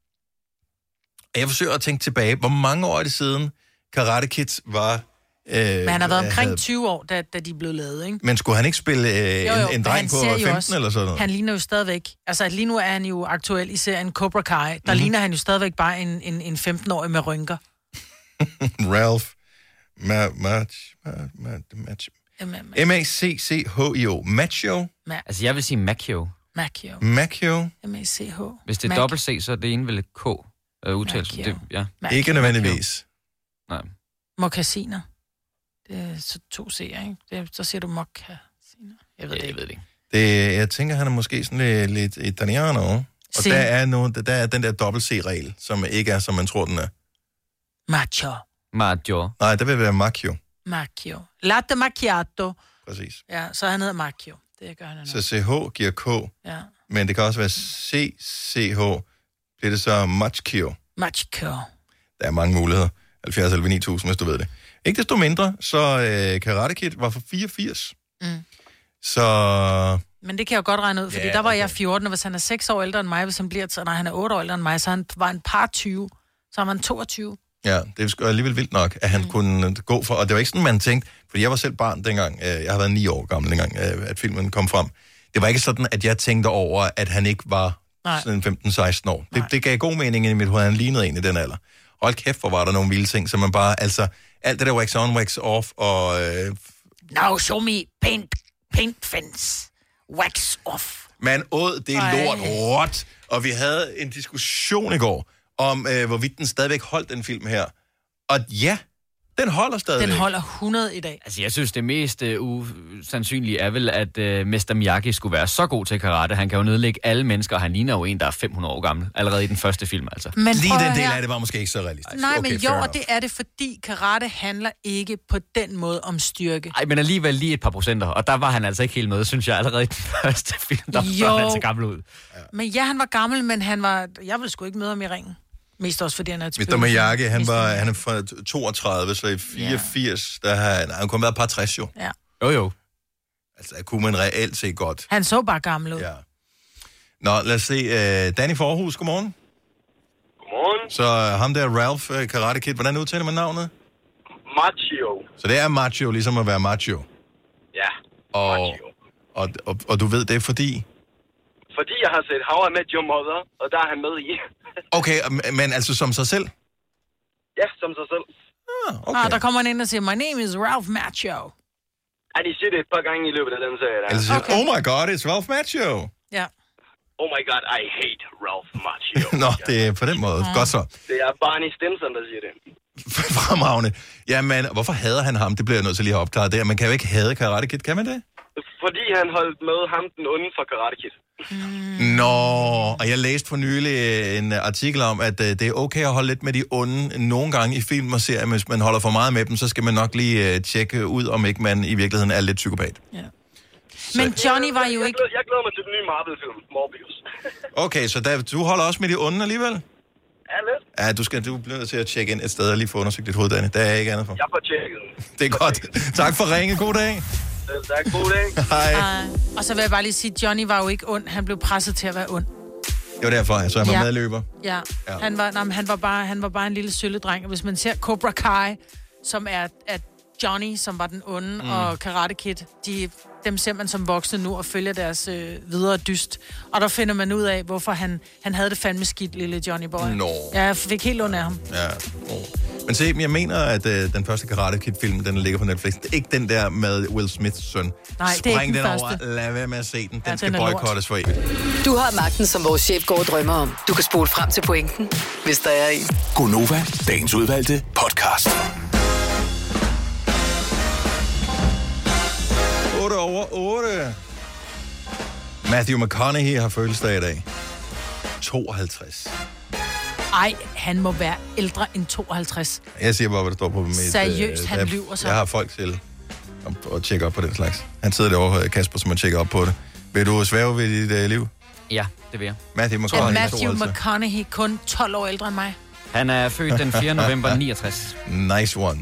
Og jeg forsøger at tænke tilbage, hvor mange år er det siden Karate Kids var... Øh, Men han har været omkring havde... tyve år, da, da de blev lavet, ikke? Men skulle han ikke spille øh, Jo, jo, en, en men dreng han på ser jo femten også- eller sådan noget? Han ligner jo stadigvæk... Altså, lige nu er han jo aktuel i serien Cobra Kai. Der Mhm. ligner han jo stadigvæk bare en, en, en femten-årig med rynker. Ralph Ma- Match... Ma- Ma- Match... M A C C H I O. Macho? Altså, jeg vil sige Macchio. Macchio. Macho? M A C H. Hvis det er Mac. dobbelt C, så er det ene vel et K øh, udtalt. Det, ja. Ikke nødvendigvis. Nej. Mokassiner. Det er så to C'er, ikke? Det, så siger du mokassiner. Jeg ved det Jeg ikke. ved det ikke. Det, jeg tænker, han er måske sådan lidt, lidt italiano. Og Si. der er, noget, der er den der dobbelt C-regel, som ikke er, som man tror, den er. Macho. Maggio. Nej, der vil være Macchio. Macchio. Latte macchiato. Præcis. Ja, så han hedder Macchio. Det gør han nu. Så C H giver K, Ja. men det kan også være C C H. Bliver det så Macchio? Macchio. Der er mange muligheder. halvfjerds elleve ni tusind, hvis du ved det. Ikke desto mindre, så øh, Karate Kid var for fireogfirs. Mm. Så... Men det kan jeg jo godt regne ud, fordi Ja, der var okay. jeg fjorten, og hvis han er seks år ældre end mig, hvis han bliver... t- Nej, han er otte år ældre end mig, så han var en par tyve. Så var han toogtyve. Ja, det er sgu alligevel vildt nok, at han mm. kunne gå for... Og det var ikke sådan, man tænkte... Fordi jeg var selv barn dengang. øh, Jeg har været ni år gammel dengang, øh, at filmen kom frem. Det var ikke sådan, at jeg tænkte over, at han ikke var Nej. sådan femten seksten år. Det, det gav god mening i mit hoved, han lignede en i den alder. Hold kæft, hvor var der nogle vilde ting, så man bare... Altså, alt det der wax on, wax off, og... Øh, Now show me paint, paint fence. Wax off. man åd det Ej. lort råt. Og vi havde en diskussion i går, om øh, hvorvidt den stadigvæk holdt, den film her. Og ja, den holder stadigvæk. Den holder hundrede i dag. Altså, jeg synes, det mest uh, usandsynlige er vel, at uh, Mester Miyagi skulle være så god til karate. Han kan jo nedlægge alle mennesker, og han ligner jo en, der er fem hundrede år gammel. Allerede i den første film, altså. Men Lige prøv den at del høre. af det var måske ikke så realistisk. Nej, Okay, men jo, fair og enough. det er det, fordi karate handler ikke på den måde om styrke. Ej, men alligevel lige et par procenter, og der var han altså ikke helt med, synes jeg, allerede i den første film. Der Jo. var han så gammel ud. Men ja, han var gammel, men han var... Jeg ville sgu ikke møde ham i ringen. Mest også, fordi han er et mister Miyagi, han, var, han er fra toogtredive, så i fireogfirs, der har han, han kunne være par tres jo. Ja. Jo, jo. Altså, der kunne man reelt se godt. Han så bare gammel ud. Ja. Nå, lad os se. Uh, Danny Forhus, godmorgen. Godmorgen. Så uh, ham der, Ralph uh, Karate Kid, hvordan udtaler man navnet? Macho. Så det er macho, ligesom at være macho. Ja, og, macho. Og, og, og du ved det, fordi... Fordi jeg har set How I Met Your Mother, og der er han med i. Okay, men altså som sig selv? Ja, som sig selv. Ah, okay. Ah, der kommer han ind og siger, my name is Ralph Macchio. Ja, de siger det et par gange i løbet af den serie der. Altså, okay. Oh my god, it's Ralph Macchio. Ja. Oh my god, I hate Ralph Macchio. Nå, det er på den måde. Mm. Godt så. Det er Barney Stinson, der siger det. Fremragende. Jamen, hvorfor hader han ham? Det bliver jeg nødt til lige at opklare der. Man kan jo ikke hade Karate Kid, kan man det? Fordi han holdt med ham den onde for Karate Kid. Mm. Nå, og jeg læste for nylig en artikel om, at uh, det er okay at holde lidt med de onde nogle gange i film og serier, men hvis man holder for meget med dem, så skal man nok lige uh, tjekke ud, om ikke man i virkeligheden er lidt psykopat. Ja. Men Johnny var jo jeg, ikke... Jeg glæder mig til den nye Marvel-film, Morbius. Okay, så der, du holder også med de onde alligevel? Ja, lidt. Ja, du, skal, du bliver nødt til at tjekke ind et sted og lige få undersøgt dit hoved, Danny. Der er ikke andet for. Jeg får tjekket. Det er godt. Tak for ringe. God dag. Selv tak. God dag. Hej. Uh, og så vil jeg bare lige sige, at Johnny var jo ikke ond. Han blev presset til at være ond. Det var derfor, så han var Ja. medløber. Ja, Ja. han var, nej, men han var bare, han var bare en lille sølledreng. Og hvis man ser Cobra Kai, som er at Johnny, som var den onde, Mm. mm. og Karate Kid, de dem ser man som voksne nu og følger deres øh, videre dyst. Og der finder man ud af, hvorfor han, han havde det fandme skidt, lille Johnny Boy. Nå. Ja, jeg fik helt ondt af ham. Ja. Oh. Men se, jeg mener, at øh, den første Karate Kid-film, den ligger på Netflix. Det er ikke den der med Will Smiths søn. Nej, det er ikke den, den første. over. Lad være med at se den. Den Ja, skal den er boykottes for evigt. Du har magten, som vores chef går og drømmer om. Du kan spole frem til pointen, hvis der er en. Gonova, dagens udvalgte podcast. otte over otte. Matthew McConaughey har fødselsdag i dag. tooghalvtreds. Ej, han må være ældre end tooghalvtreds. Jeg siger bare, hvad der står på mit... Seriøst, øh, han jeg, lyver så. Jeg har folk til at, at tjekke op på den slags. Han sidder derovre, Kasper, som har tjekket op på det. Vil du svæve ved dit uh, liv? Ja, det vil jeg. Matthew Er McConaughey, Matthew McConaughey kun tolv år ældre end mig? Han er født den fjerde november niogtres. Nice one.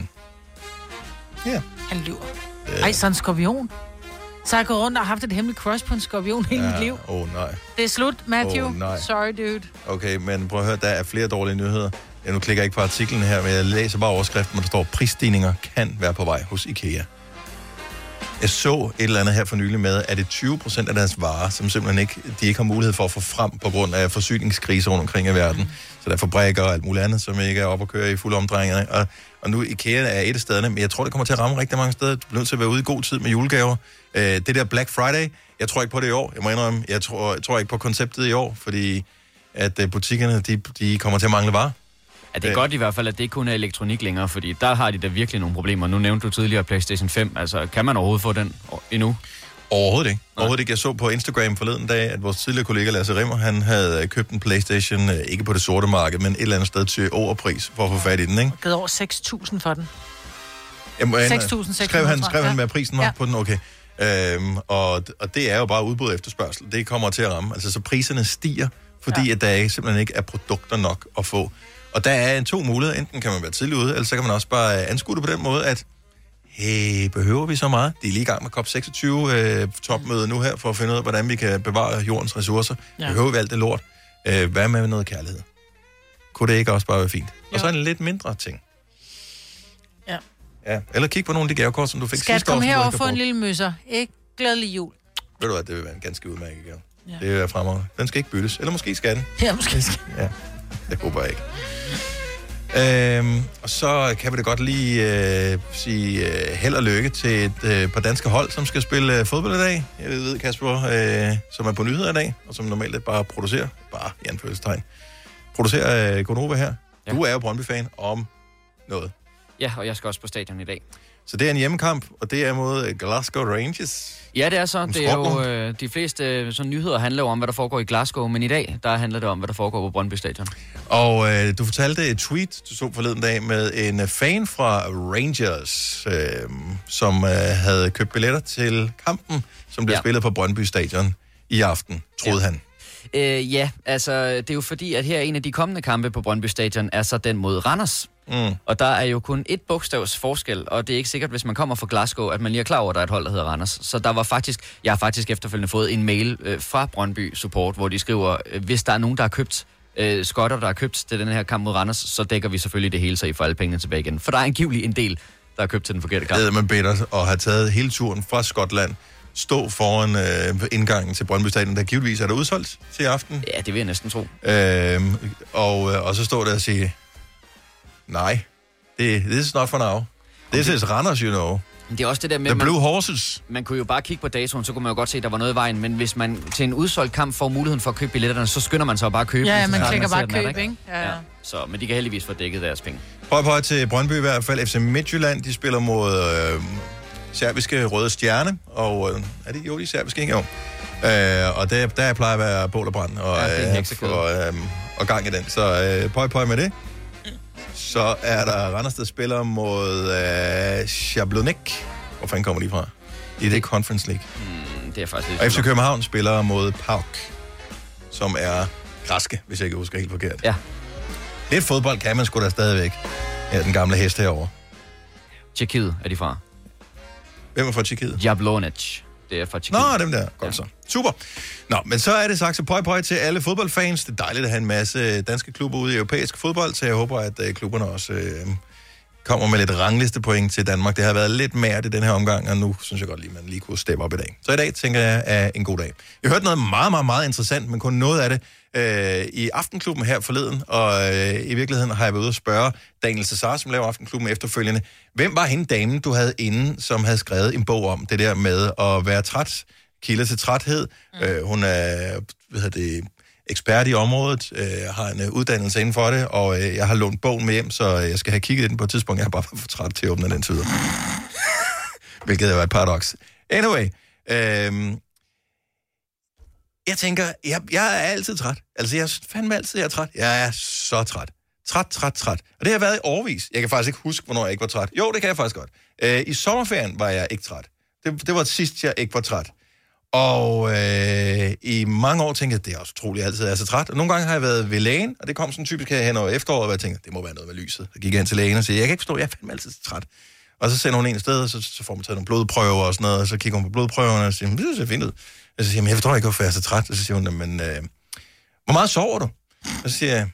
Ja. Yeah. Han lyver. Ej, så en skorpion. Så jeg har gået rundt og haft et hemmeligt crush på en skorpion hele Ja, mit liv. Åh, oh, nej. Det er slut, Matthew. Åh, nej. Sorry, dude. Okay, men prøv at høre, der er flere dårlige nyheder. Jeg nu klikker ikke på artiklen her, men jeg læser bare overskriften, hvor der står, prisstigninger kan være på vej hos IKEA. Jeg så et eller andet her for nylig med, at det tyve procent af deres varer, som simpelthen ikke, de ikke har mulighed for at få frem på grund af forsyningskriser rundt omkring i verden. Mm. Så der er fabrikker og alt muligt andet, som ikke er oppe at køre i fuld omdrejninger. Og, og nu IKEA er et af stederne, men jeg tror, det kommer til at ramme rigtig mange steder. Du bliver nødt til at være ude i god tid med julegaver. Øh, det der Black Friday, jeg tror ikke på det i år. Jeg må indrømme, jeg tror, jeg tror ikke på konceptet i år, fordi at butikkerne, de, de kommer til at mangle varer. Ja, det er godt i hvert fald, at det ikke kun er elektronik længere, fordi der har de da virkelig nogle problemer. Nu nævnte du tidligere PlayStation fem. Altså, kan man overhovedet få den endnu? Overhovedet ikke. Overhovedet ikke. Jeg så på Instagram forleden dag, at vores tidligere kollega Lasse Rimmer, han havde købt en PlayStation, ikke på det sorte marked, men et eller andet sted til overpris for at få fat i den, ikke? Givet over seks tusind for den. seks tusind seks hundrede. Skrev han, skrev han hvad prisen var ja. på den? Okay. Øhm, og, og det er jo bare udbud og efterspørgsel. Det kommer til at ramme. Altså, så priserne stiger, fordi ja. at der simpelthen ikke er produkter nok at få. Og der er to muligheder. Enten kan man være tidlig ude, eller så kan man også bare anskue det på den måde, at hey, behøver vi så meget? De er lige i gang med COP seksogtyve øh, topmøde nu her, for at finde ud af, hvordan vi kan bevare jordens ressourcer. Ja. Behøver vi alt det lort? Øh, hvad med noget kærlighed? Kunne det ikke også bare være fint? Jo. Og så en lidt mindre ting. Ja. Ja. Eller kig på nogle af de gavekort, som du fik Skat, sidste år. Skat, kom her og få en lille møsser. Ikke glædelig jul. Ved du hvad, det vil være en ganske udmærket gave. Ja. Det er fremover. Den skal ikke byttes. Eller måske skal den. Ja, måske skal Ja, det håber jeg ikke. Øhm, og så kan vi da godt lige øh, sige øh, held og lykke til et øh, par danske hold, som skal spille øh, fodbold i dag. Jeg ved, Kasper, øh, som er på nyheder i dag, og som normalt bare producerer, bare i anførselstegn, producerer øh, Gonova her. Ja. Du er jo Brøndby-fan om noget. Ja, og jeg skal også på stadion i dag. Så det er en hjemmekamp, og det er mod Glasgow Rangers. Ja, det er så. Det er jo øh, de fleste øh, sådan, nyheder handler om, hvad der foregår i Glasgow, men i dag, der handler det om, hvad der foregår på Brøndby Stadion. Og øh, du fortalte et tweet, du så forleden dag, med en fan fra Rangers, øh, som øh, havde købt billetter til kampen, som bliver ja. spillet på Brøndby Stadion i aften, troede ja. han. Øh, ja, altså det er jo fordi, at her en af de kommende kampe på Brøndby Stadion er så den mod Randers. Mm. Og der er jo kun et bogstavs forskel, og det er ikke sikkert, hvis man kommer fra Glasgow, at man lige er klar over, at der er et hold, der hedder Randers. Så der var faktisk, jeg har faktisk efterfølgende fået en mail øh, fra Brøndby Support, hvor de skriver, øh, hvis der er nogen, der har købt, øh, skotter, der har købt til den her kamp mod Randers, så dækker vi selvfølgelig det hele, så I får alle pengene tilbage igen. For der er angiveligt en del, der har købt til den forkerte kamp. Det er man bedre at have taget hele turen fra Skotland, stå foran øh, indgangen til Brøndby Stadion, der givetvis er der udsolgt til aften. Ja, det vil jeg næsten tro. Øh, og, øh, og så står der og sige, nej, det is not for now. This okay. is Randers, you know. Det er også det der med... The Blue man, Horses. Man kunne jo bare kigge på datoen, så kunne man jo godt se, at der var noget i vejen. Men hvis man til en udsolgt kamp får muligheden for at købe billetterne, så skynder man sig bare at købe. Ja, man klikker bare køb, køb, ikke? Ja. Ja. Så, men de kan heldigvis få dækket deres penge. Prøv på til Brøndby i hvert fald. F C Midtjylland, de spiller mod øh, serbiske Røde Stjerne. Og øh, er det jo de serbiske, ikke? Jo. Øh, og der, der plejer at være bål og brand og, ja, øh, og, øh, og gang i den. Så øh, pøj pøj med det. Så er der Randers, der spiller mod øh, Jablonec. Hvor fanden kommer de fra? I det Conference League. Mm, det er faktisk lidt. Og F C København spiller mod PAOK, som er græske, hvis jeg ikke husker helt forkert. Ja. Lidt fodbold kan man sgu da stadigvæk. Ja, den gamle hest herovre. Tjekkiet er de fra. Hvem er fra Tjekkiet? Jablonec. Det er fra Tjekkiet. Nå, dem der. Godt ja. så. Super. Nå, men så er det sagt så pøj pøj til alle fodboldfans. Det er dejligt at have en masse danske klubber ude i europæisk fodbold, så jeg håber, at klubberne også øh, kommer med lidt rangliste point til Danmark. Det har været lidt mere i den her omgang, og nu synes jeg godt lige, man lige kunne steppe op i dag. Så i dag tænker jeg er en god dag. Jeg hørte noget meget, meget, meget interessant, men kun noget af det øh, i Aftenklubben her forleden, og øh, i virkeligheden har jeg været ude at spørge Daniel Cesar, som laver Aftenklubben efterfølgende, hvem var hende damen, du havde inde, som havde skrevet en bog om det der med at være træt, kilder til træthed. Mm. Øh, hun er, hvad hedder det, ekspert i området, øh, har en uh, uddannelse inden for det, og øh, jeg har lånt bogen med hjem, så jeg skal have kigget i den på et tidspunkt. Jeg har bare været for træt til at åbne den tid. Hvilket er et paradoks. Anyway, øh, jeg tænker, jeg, jeg er altid træt. Altså, jeg fandme altid, jeg er træt. Jeg er så træt. Træt, træt, træt. Og det har jeg været i årevis. Jeg kan faktisk ikke huske, hvornår jeg ikke var træt. Jo, det kan jeg faktisk godt. Øh, I sommerferien var jeg ikke træt. Det, det var sidst, jeg ikke var træt. Og øh, i mange år tænkte jeg, det er også utroligt, jeg altid er så træt. Og nogle gange har jeg været ved lægen, og det kom sådan typisk her hen over efteråret, hvor jeg tænkte, det må være noget med lyset. Så gik jeg hen til lægen og sagde, jeg kan ikke forstå, jeg er fandme altid så træt. Og så sender hun en sted, og så, så får man taget nogle blodprøver og sådan noget, og så kigger hun på blodprøverne og siger, det ser fint ud. Og så siger hun, jeg forstår ikke, hvorfor jeg er så træt. Og så siger hun, men øh, hvor meget sover du? Og så siger jeg,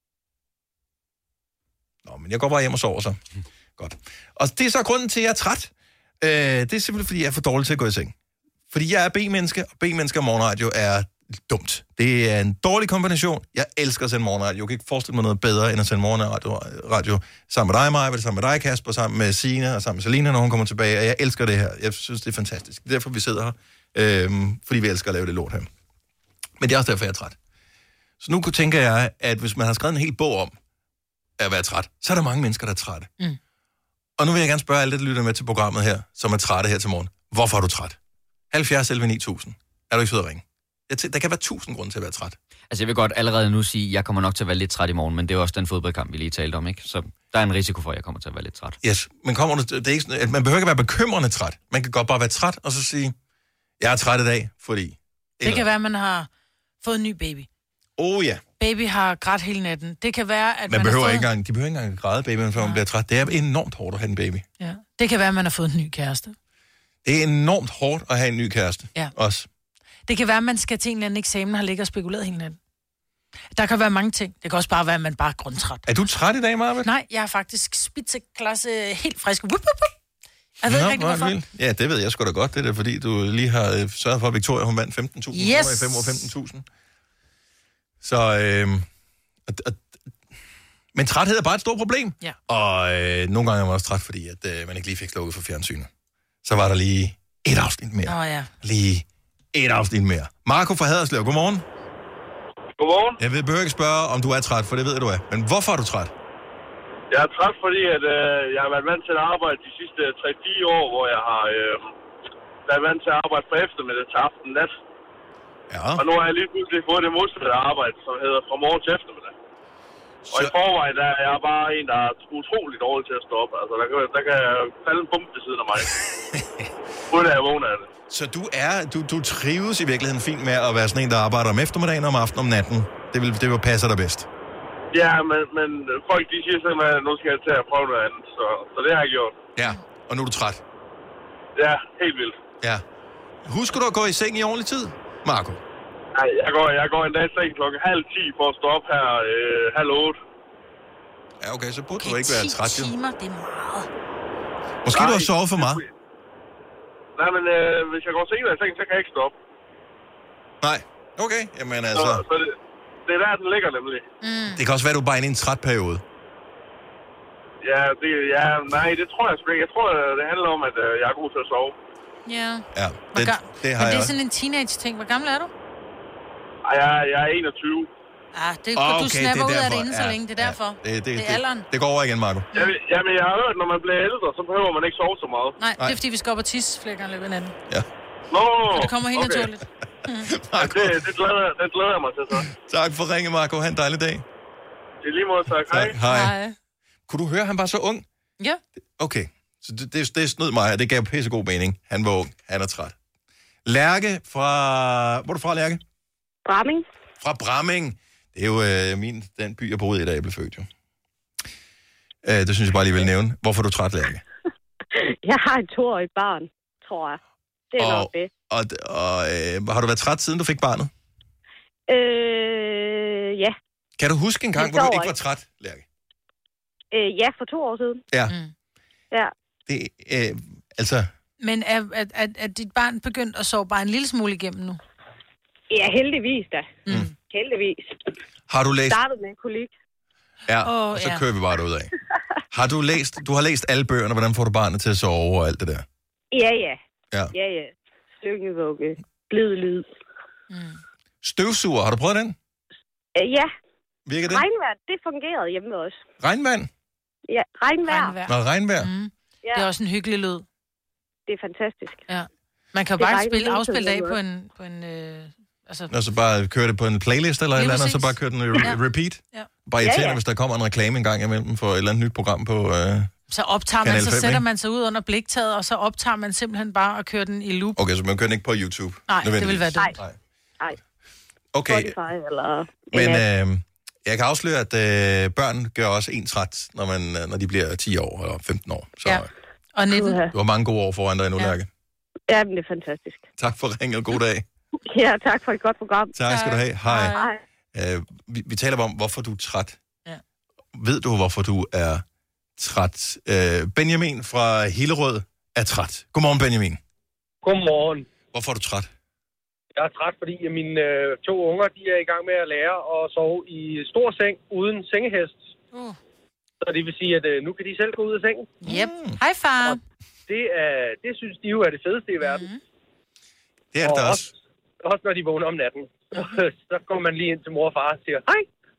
nå, men jeg går bare hjem og sover så. Godt. Og det er så grunden til, at jeg er træt. Øh, det er simpelthen, fordi jeg er for dårlig til at gå i seng. Fordi jeg er B-menneske, og B-menneske og morgenradio er dumt. Det er en dårlig kombination. Jeg elsker at sende morgenradio. Jeg kan ikke forestille mig noget bedre, end at sende morgenradio radio, sammen med dig, Maja, sammen med dig, Kasper, sammen med Signe og sammen med Selina, når hun kommer tilbage. Og jeg elsker det her. Jeg synes, det er fantastisk. Det er derfor, vi sidder her. Øhm, fordi vi elsker at lave det lort her. Men det er også derfor, jeg er træt. Så nu tænker jeg, at hvis man har skrevet en hel bog om at være træt, så er der mange mennesker, der er trætte. Mm. Og nu vil jeg gerne spørge alle, der lytter med til programmet her, som er trætte her til morgen. Hvorfor er du træt? halvfjerds elleve ni tusind. Er du ikke sød at ringe? T- der kan være tusind grunde til at være træt. Altså jeg vil godt allerede nu sige, at jeg kommer nok til at være lidt træt i morgen, men det er også den fodboldkamp, vi lige talte om, ikke? Så der er en risiko for, at jeg kommer til at være lidt træt. Yes, men kommer du, det er ikke sådan, at man behøver ikke være bekymrende træt. Man kan godt bare være træt, og så sige, jeg er træt i dag, fordi... Det kan være, at man har fået en ny baby. Oh ja. Baby har grædt hele natten. Det kan være, at man, man behøver har fået... ikke engang, de behøver ikke engang græde babyen, før man bliver træt. Det er enormt hårdt at have en baby. Ja. Det kan være, at man har fået en ny kæreste. Det er enormt hårdt at have en ny kæreste. Ja. Også. Det kan være, at man skal til en eller anden eksamen, og har ligget og spekuleret hele natten. Der kan være mange ting. Det kan også bare være, at man bare er grundtræt. Er du træt i dag, Marvind? Nej, jeg er faktisk spidseklasse helt frisk. Wup, wup, wup. Jeg ved Nå, ikke rigtig, hvorfor. Vildt. Ja, det ved jeg sgu da godt. Det er fordi du lige har øh, sørget for, at Victoria hun vandt femten tusind yes. i fem år femten tusind. Så, øh, og, og, men træthed er bare et stort problem. Ja. Og øh, nogle gange er man også træt, fordi at, øh, man ikke lige fik slukket for fjernsynet. Så var der lige et afsnit mere. Åh oh, ja. Lige et afsnit mere. Marco fra Haderslev, godmorgen. Godmorgen. Jeg ved, behøver ikke spørge, om du er træt, for det ved jeg, du er. Men hvorfor er du træt? Jeg er træt, fordi at, øh, jeg har været vant til at arbejde de sidste tre fire år, hvor jeg har øh, været vant til at arbejde fra eftermiddag til aften nat. Ja. Og nu har jeg lige pludselig fået det modsatte arbejde, som hedder fra morgen til eftermiddag. Og så... i forvejen, der er jeg bare en, der er utrolig dårlig til at stå op. Altså, der kan, der kan falde en bump ved siden af mig. Uden at jeg vågner af det. Så du er, du, du trives i virkeligheden fint med at være sådan en, der arbejder om eftermiddagen og om aftenen om natten. Det vil, det vil passe dig bedst. Ja, men, men folk de siger simpelthen, at nu skal jeg til at prøve noget andet. Så, så det har jeg gjort. Ja, og nu er du træt. Ja, helt vildt. Ja. Husker du at gå i seng i ordentlig tid, Marco? Nej, jeg går, jeg går en dag i seng klokken halv ti for at stå op her øh, halv otte. Ja, okay, så burde okay, du ikke være træt, jo. timer, det er meget. Måske Nej, du har sovet for meget? Nej, men øh, hvis jeg går senere i seng, så kan jeg ikke stå op. Nej, okay, jamen altså... Så, så det, det er der, den ligger nemlig. Mm. Det kan også være, at du er bare inde i en træt periode. Ja, det, ja, nej, det tror jeg sgu ikke. Jeg tror, det handler om, at øh, jeg er god til at sove. Ja. Ja, det, det, det har Men det er jeg sådan en teenage-ting. Hvor gammel er du? Ej, jeg, jeg er enogtyve. Ah, det, okay, du snapper ud af det inden ja, så længe, det er derfor. Ja, det, det, det er alderen. Det, det går over igen, Marco. Jamen, jamen, jeg har hørt, når man bliver ældre, så behøver man ikke sove så meget. Nej, det er fordi, vi skal op og tisse flere gange i løbet af natten. Ja. Nå, så det kommer helt okay. naturligt. Mm. Ja, det, det, glæder, det glæder jeg mig til så. Tak for ringe, Marco. Ha' en dejlig dag. Det er lige måde, tak. Hej. Hej. Hej. Kunne du høre, han var så ung? Ja. Okay, så det, det, det snød mig, og det gav pissegod mening. Han var ung, han er træt. Lærke fra... Hvor er du fra, Lærke? Bramming. Fra Bramming. Det er jo øh, min, den by, jeg boede i, da jeg blev født, jo. Øh, det synes jeg bare lige vil nævne. Hvorfor er du træt, Lærke? Jeg har et toårigt barn, tror jeg. Det er og, nok det. Og, og øh, har du været træt, siden du fik barnet? Øh, ja. Kan du huske en gang, hvor du ikke var træt, Lærke? Øh, ja, for to år siden. Ja. Mm. Ja. Det, øh, altså... Men er, er, er, er dit barn begyndt at sove bare en lille smule igennem nu? Ja, heldigvis da. Mm. Heldigvis. Har du læst... Startede med en kolik. Ja, oh, og så ja. kører vi bare derudad. Har du læst... Du har læst alle bøgerne, hvordan får du barnet til at sove og alt det der? Ja, ja. Ja. Ja, ja. Slykkevugge. Blid lyd. Mm. Støvsuger, har du prøvet den? Øh, ja. Virker det? Regnvejr, det fungerede hjemme med os. Regnvand? Ja, regnvejr. Regnvejr. Nå, regnvejr. Mm. Ja. Det er også en hyggelig lyd. Det er fantastisk. Ja. Man kan jo Det bare regner spille, hele afspille af tiden, på en... På en øh, altså... Og så bare køre det på en playlist eller et eller andet, og så bare køre den i re- Ja. repeat? Ja. Bare irriterende, Ja, ja. hvis der kommer en reklame en gang imellem for et eller andet nyt program på... Øh... Så optager man, Kanal så fem, sætter ikke? man sig ud under bliktaget, og så optager man simpelthen bare og kører den i loop. Okay, så man kører den ikke på YouTube? Nej, det vil nødvendigvis. være dumt. Nej. Nej. Okay, Spotify eller... men øh, jeg kan afsløre, at øh, børn gør også en træt, når, man, øh, når de bliver ti år eller femten år. Så Ja. Og nitten. du har mange gode år foran dig endnu, Ja. Lærke. Ja, men det er fantastisk. Tak for ringen, og god dag. Ja, tak for et godt program. Tak skal du have. Hej. Hej. Øh, vi, vi taler om, hvorfor du er træt. Ja. Ved du, hvorfor du er træt? Øh, Benjamin fra Hillerød er træt. Godmorgen, Benjamin. Godmorgen. Hvorfor er du træt? Jeg er træt, fordi mine øh, to unger de er i gang med at lære at sove i stor seng uden sengehest. Uh. Så det vil sige, at øh, nu kan de selv gå ud af sengen. Yep. Hej, far. Og det, er, det synes de jo er det fedeste i verden. Mm. Det er det og også. Også når de vågner om natten. Så går man lige ind til mor og far og siger, hej.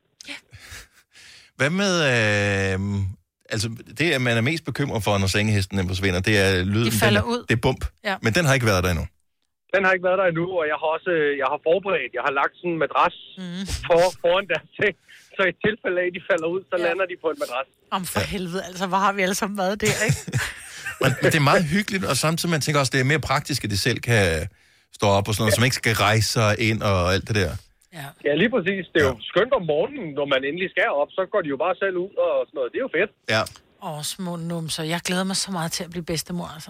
Hvad med... Øh, altså, det, at man er mest bekymret for, når sengehesten den forsvinder, det er lyden. De falder den er, ud. Det er bump. Ja. Men den har ikke været der endnu. Den har ikke været der endnu, og jeg har også jeg har forberedt. Jeg har lagt sådan en madras mm. for, foran deres seng. Så i tilfælde af, at de falder ud, så ja. lander de på en madras. Om for ja. helvede, altså, hvor har vi alle sammen været der, ikke? Men, men det er meget hyggeligt, og samtidig man tænker også, det er mere praktisk, at de selv kan stå op og sådan noget, ja. som ikke skal rejse sig ind og alt det der. Ja, ja lige præcis. Det er ja. jo skønt om morgenen, når man endelig skal op, så går de jo bare selv ud og sådan noget. Det er jo fedt. Ja. Åh, små numser. Jeg glæder mig så meget til at blive bedstemor, altså.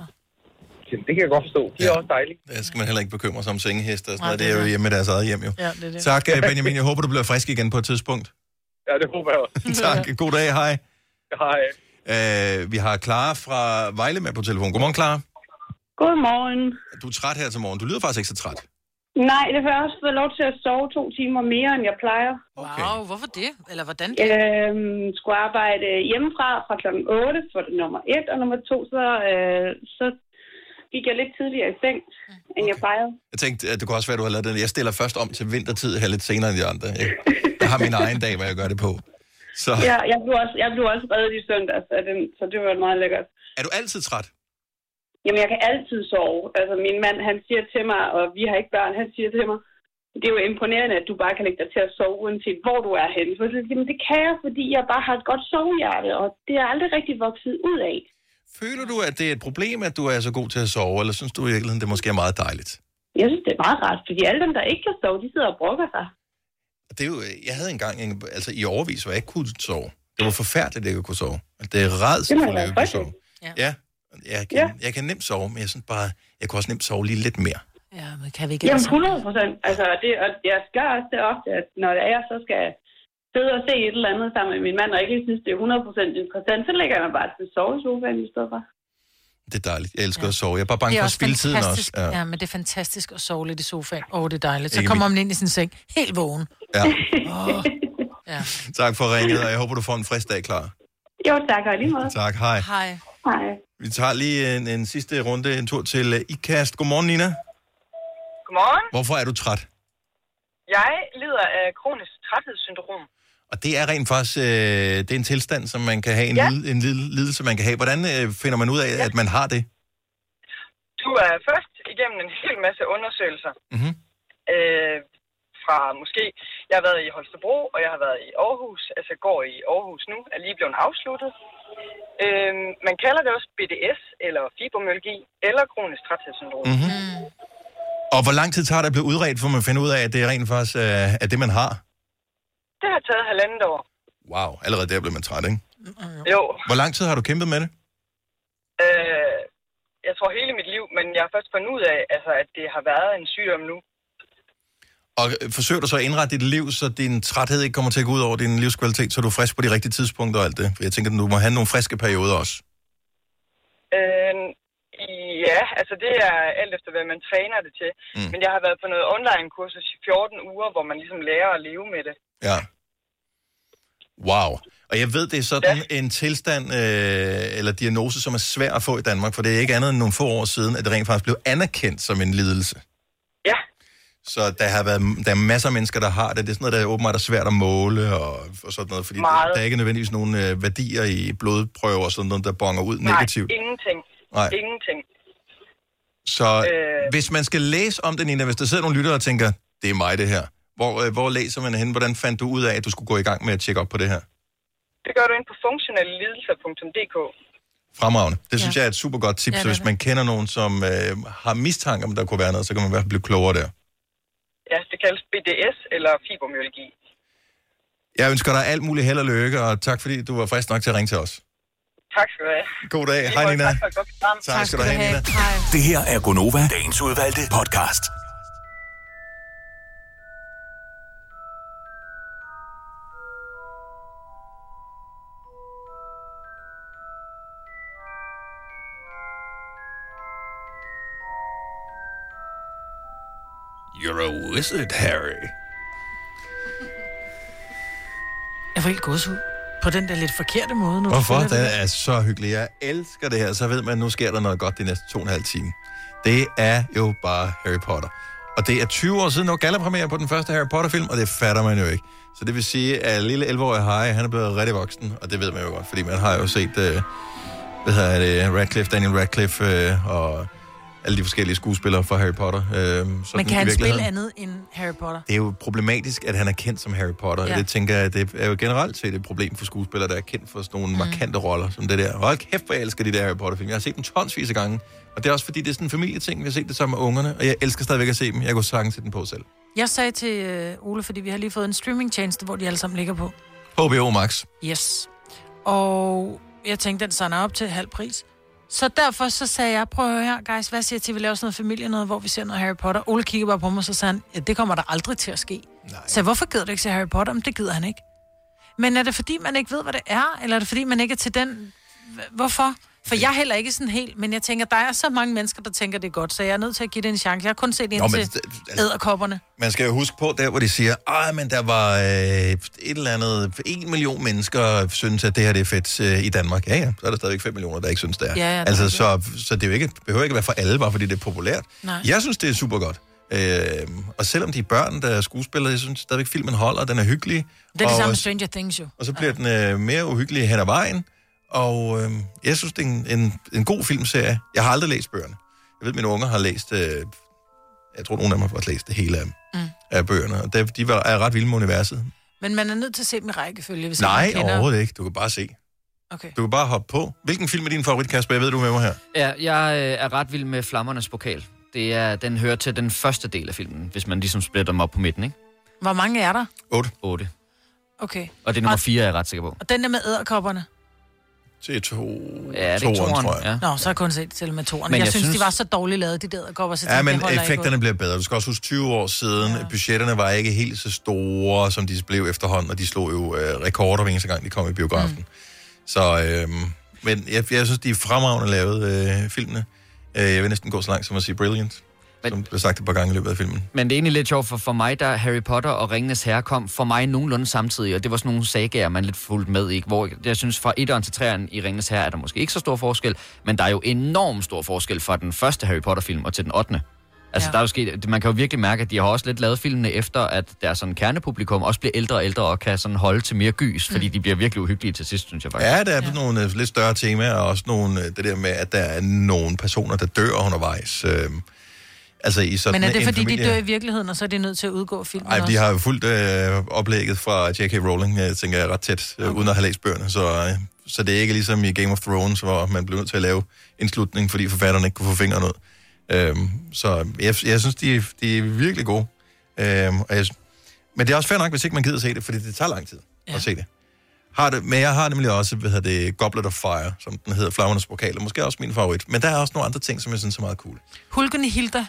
Det kan jeg godt forstå. De ja. er også dejlige. Der skal man heller ikke bekymre sig om sengeheste og sådan Nej, noget. det Det er er jo det. hjemme i deres eget hjem, jo. Ja, det er det. Tak, Benjamin. Jeg håber, du bliver frisk igen på et tidspunkt. Ja, det håber jeg også. Tak. God dag. Hej. Hej. Uh, vi har Clara fra Vejle med på telefon. Godmorgen, Clara. Godmorgen. Du er træt her til morgen. Du lyder faktisk ikke så træt. Nej, det har jeg også fået lov til at sove to timer mere, end jeg plejer. Okay. Wow, hvorfor det? Eller hvordan det? Øhm, skulle arbejde hjemmefra fra klokken otte for det nummer et, og nummer to, så, øh, så gik jeg lidt tidligere i seng, end okay. jeg plejede. Jeg tænkte, at det kunne også være, at du har lavet den. Jeg stiller først om til vintertid her lidt senere end de andre. Jeg, jeg har min egen dag, hvor jeg gør det på. Så. Ja, jeg blev også, jeg blev også reddet i søndags, af den, så det var meget lækkert. Er du altid træt? Jamen, jeg kan altid sove. Altså, min mand, han siger til mig, og vi har ikke børn, han siger til mig, det er jo imponerende, at du bare kan lægge dig til at sove, uanset hvor du er henne. Så jeg siger, jamen, det kan jeg, fordi jeg bare har et godt sovehjerte, og det er aldrig rigtig vokset ud af. Føler du, at det er et problem, at du er så god til at sove, eller synes du i virkeligheden, det måske er meget dejligt? Jeg synes, det er meget rart, fordi alle dem, der ikke kan sove, de sidder og brokker sig. Det er jo, jeg havde engang, en, altså i overvis, hvor jeg ikke kunne sove. Det var forfærdeligt, at jeg ikke kunne sove. Det er rædselsfuldt, at jeg ikke kunne sove. Ja. ja. Jeg kan, ja. jeg kan nemt sove, men jeg synes bare, jeg kunne også nemt sove lige lidt mere. Ja, men kan vi ikke... Jamen hundrede procent. Altså, det, og jeg gør også det ofte, at når jeg så skal sidde og se et eller andet sammen med min mand, og ikke synes, det er hundrede procent interessant, så lægger jeg mig bare til at sove i sofaen i stedet for. Det er dejligt. Jeg elsker ja. at sove. Jeg er bare bange er for at spilde tiden også. Ja. ja, men det er fantastisk at sove lidt i sofaen. Åh, oh, det er dejligt. Så kommer man ind i sin seng helt vågen. Ja. Oh. ja. Tak for ringet, og jeg håber, du får en frisk dag klar. Jo, tak. Og lige måde. Tak. Hej. Hej. Hej. Vi tager lige en, en sidste runde, en tur til uh, IKAST. Godmorgen, Nina. Godmorgen. Hvorfor er du træt? Jeg lider af kronisk træthedssyndrom. Og det er rent faktisk øh, det er en tilstand, som man kan have, en, ja. lid, en lid, lidelse, man kan have. Hvordan øh, finder man ud af, ja. at man har det? Du er først igennem en hel masse undersøgelser. Mm-hmm. Øh, fra måske, jeg har været i Holstebro, og jeg har været i Aarhus. Altså jeg går i Aarhus nu, er lige blevet afsluttet. Øh, man kalder det også B D S, eller fibromyalgi, eller kronisk træthedssyndrom. Mm-hmm. Mm. Og hvor lang tid tager det at blive udredt, for man finder ud af, at det er rent faktisk øh, er det, man har? Det har taget halvandet år. Wow, allerede der blev man træt, ikke? Jo. Hvor lang tid har du kæmpet med det? Øh, jeg tror hele mit liv, men jeg har først fundet ud af, altså, at det har været en sygdom nu. Og forsøger du så at indrette dit liv, så din træthed ikke kommer til at gå ud over din livskvalitet, så du er frisk på de rigtige tidspunkter og alt det? For jeg tænker, at du må have nogle friske perioder også. Øh, ja, altså det er alt efter, hvad man træner det til. Mm. Men jeg har været på noget online-kursus i fjorten uger, hvor man ligesom lærer at leve med det. Ja. Wow. Og jeg ved, det er sådan ja. en tilstand øh, eller diagnose, som er svær at få i Danmark, for det er ikke andet end nogle få år siden, at det rent faktisk blev anerkendt som en lidelse. Ja. Så der har været, der er masser af mennesker, der har det. Det er sådan noget, der er åbenbart er svært at måle og, og sådan noget, fordi Meget. der er ikke nødvendigvis nogen øh, værdier i blodprøver og sådan noget, der bonger ud Nej, negativt. ingenting. Nej, ingenting. Så øh... hvis man skal læse om det, Nina, hvis der sidder nogle lyttere og tænker, det er mig det her, hvor, øh, hvor læser man hen? Hvordan fandt du ud af, at du skulle gå i gang med at tjekke op på det her? Det gør du ind på funktionellelidelser punktum d k. Fremragende. Det synes ja. jeg er et super godt tip, Ja, så hvis man kender nogen, som øh, har mistanke om, der kunne være noget, så kan man i hvert fald blive klogere der. Ja, det kaldes B D S eller fibromyalgi. Jeg ønsker dig alt muligt held og lykke, og tak fordi du var frisk nok til at ringe til os. Tak skal du have. God dag. Hej, Nina. Tak, tak, tak, tak skal du have, Nina. Hej. Det her er Gonova, dagens udvalgte podcast. You're a wizard, Harry. Jeg får helt gåsehud på den der lidt forkerte måde. Nu Hvorfor? Det er så hyggeligt. Jeg elsker det her. Så ved man, at nu sker der noget godt de næste to og en halv time. Det er jo bare Harry Potter. Og det er tyve år siden, når gallapremiere på den første Harry Potter-film, og det fatter man jo ikke. Så det vil sige, at lille elleve-årige Harry, han er blevet rigtig voksen, og det ved man jo godt, fordi man har jo set, uh, hvad hedder det, Radcliffe, Daniel Radcliffe uh, og alle de forskellige skuespillere fra Harry Potter. Uh, Men kan han spille andet end Harry Potter? Det er jo problematisk, at han er kendt som Harry Potter, ja. Og det tænker jeg, det er jo generelt set et problem for skuespillere, der er kendt for sådan nogle mm. markante roller, som det der. Hold kæft, hvor jeg elsker de der Harry Potter-film. Jeg har set dem tonsvis af gange, og det er også fordi, det er sådan en familieting, vi har set det sammen med ungerne, og jeg elsker stadigvæk at se dem. Jeg kunne sagtens se den på selv. Jeg sagde til uh, Ole, fordi vi har lige fået en streamingtjeneste, hvor de alle sammen ligger på. H B O Max. Yes. Og jeg tænkte, den signer op til halv pris. Så derfor så sagde jeg, prøv at høre her, guys, hvad siger til, at vi laver sådan noget familie, noget, hvor vi ser noget Harry Potter. Ole kigger bare på mig, så sagde han, ja, det kommer der aldrig til at ske. Nej. Så hvorfor gider du ikke se Harry Potter? Men det gider han ikke. Men er det fordi, man ikke ved, hvad det er? Eller er det fordi, man ikke er til den... Hvorfor? For jeg er heller ikke sådan helt, men jeg tænker, der er så mange mennesker, der tænker, det er godt, så jeg er nødt til at give det en chance. Jeg har kun set ind Nå, til altså, edderkopperne. Man skal jo huske på, der hvor de siger, ej, men der var øh, et eller andet, en million mennesker synes, at det her det er fedt øh, i Danmark. Ja, ja, så er der stadigvæk fem millioner, der ikke synes, det er. Ja, ja, altså, det så, så det er jo ikke, behøver ikke at være for alle, bare fordi det er populært. Nej. Jeg synes, det er super godt. Øh, og selvom de er børn, der er skuespillere, jeg synes stadigvæk, filmen holder, den er hyggelig. Det er det samme med Stranger Things jo. Og så bliver den øh, mere uhyggelig hen ad vejen. Og øh, jeg synes, det er en, en, en god filmserie. Jeg har aldrig læst bøgerne. Jeg ved, mine unger har læst... Øh, jeg tror, nogle af dem har læst det hele af, mm. af bøgerne. Og de, de var, er ret vilde med universet. Men man er nødt til at se dem i rækkefølge, hvis Nej, man kender... overhovedet ikke. Du kan bare se. Okay. Du kan bare hoppe på. Hvilken film er din favorit, Kasper? Jeg ved, du er med mig her. Ja, jeg øh, er ret vild med Flammernes Pokal. Det er, den hører til den første del af filmen, hvis man ligesom splitter dem op på midten, ikke? Hvor mange er der? Otte. Otte. Okay. Og det er nummer og, fire, jeg er ret sikker på. Og den der med edderkopperne? Til to... Ja, det er toeren, tror jeg. Ja. Nå, så har jeg kun set til med toeren. Jeg, jeg synes, synes, de var så dårligt lavet, de der edderkopper. Så ja, men effekterne bliver bedre. Du skal også huske tyve år siden. Ja. Budgetterne var ikke helt så store, som de blev efterhånden, og de slog jo øh, rekorder hver eneste gang, de kom i biografen. Mm. Så, øh, men jeg, jeg synes, de er fremragende lavet øh, filmene. Jeg vil næsten gå så langt som at sige brilliant. Men, som blev sagt et par gange i løbet af filmen. Men det er egentlig lidt sjovt, for, for mig, der Harry Potter og Ringenes Herre kom for mig nogenlunde samtidig, og det var sådan nogle sagaer, man lidt fulgte med i, hvor jeg synes, fra etteren til treeren i Ringenes Herre er der måske ikke så stor forskel, men der er jo enormt stor forskel fra den første Harry Potter-film og til den ottende. Altså, ja. Der er jo sket, man kan jo virkelig mærke, at de har også lidt lavet filmene efter, at deres sådan kernepublikum også bliver ældre og ældre og kan sådan holde til mere gys, fordi mm. de bliver virkelig uhyggelige til sidst, synes jeg faktisk. Ja, der er ja. nogle uh, lidt større temaer, og også nogle, uh, det der med, at der er nogle personer, der dør undervejs. Uh, altså i sådan Men er det, fordi familie... de dør i virkeligheden, og så er de nødt til at udgå filmen? Nej, de har jo fulgt uh, oplægget fra J K Rowling, jeg tænker jeg ret tæt, uh, okay. uden at have læst bøgerne, så, uh, så det er ikke ligesom i Game of Thrones, hvor man blev nødt til at lave en slutning, fordi forfatterne ikke kunne få fingre ud. Øhm, så jeg, jeg synes, de, de er virkelig gode. Øhm, og jeg, men det er også fair nok, hvis ikke man gider se det, fordi det tager lang tid ja. at se det. Har det. Men jeg har nemlig også, hvad hedder det, Goblet of Fire, som den hedder, Flammernes Pokal, og måske også min favorit. Men der er også nogle andre ting, som jeg synes er meget cool. Hulken i Hilda?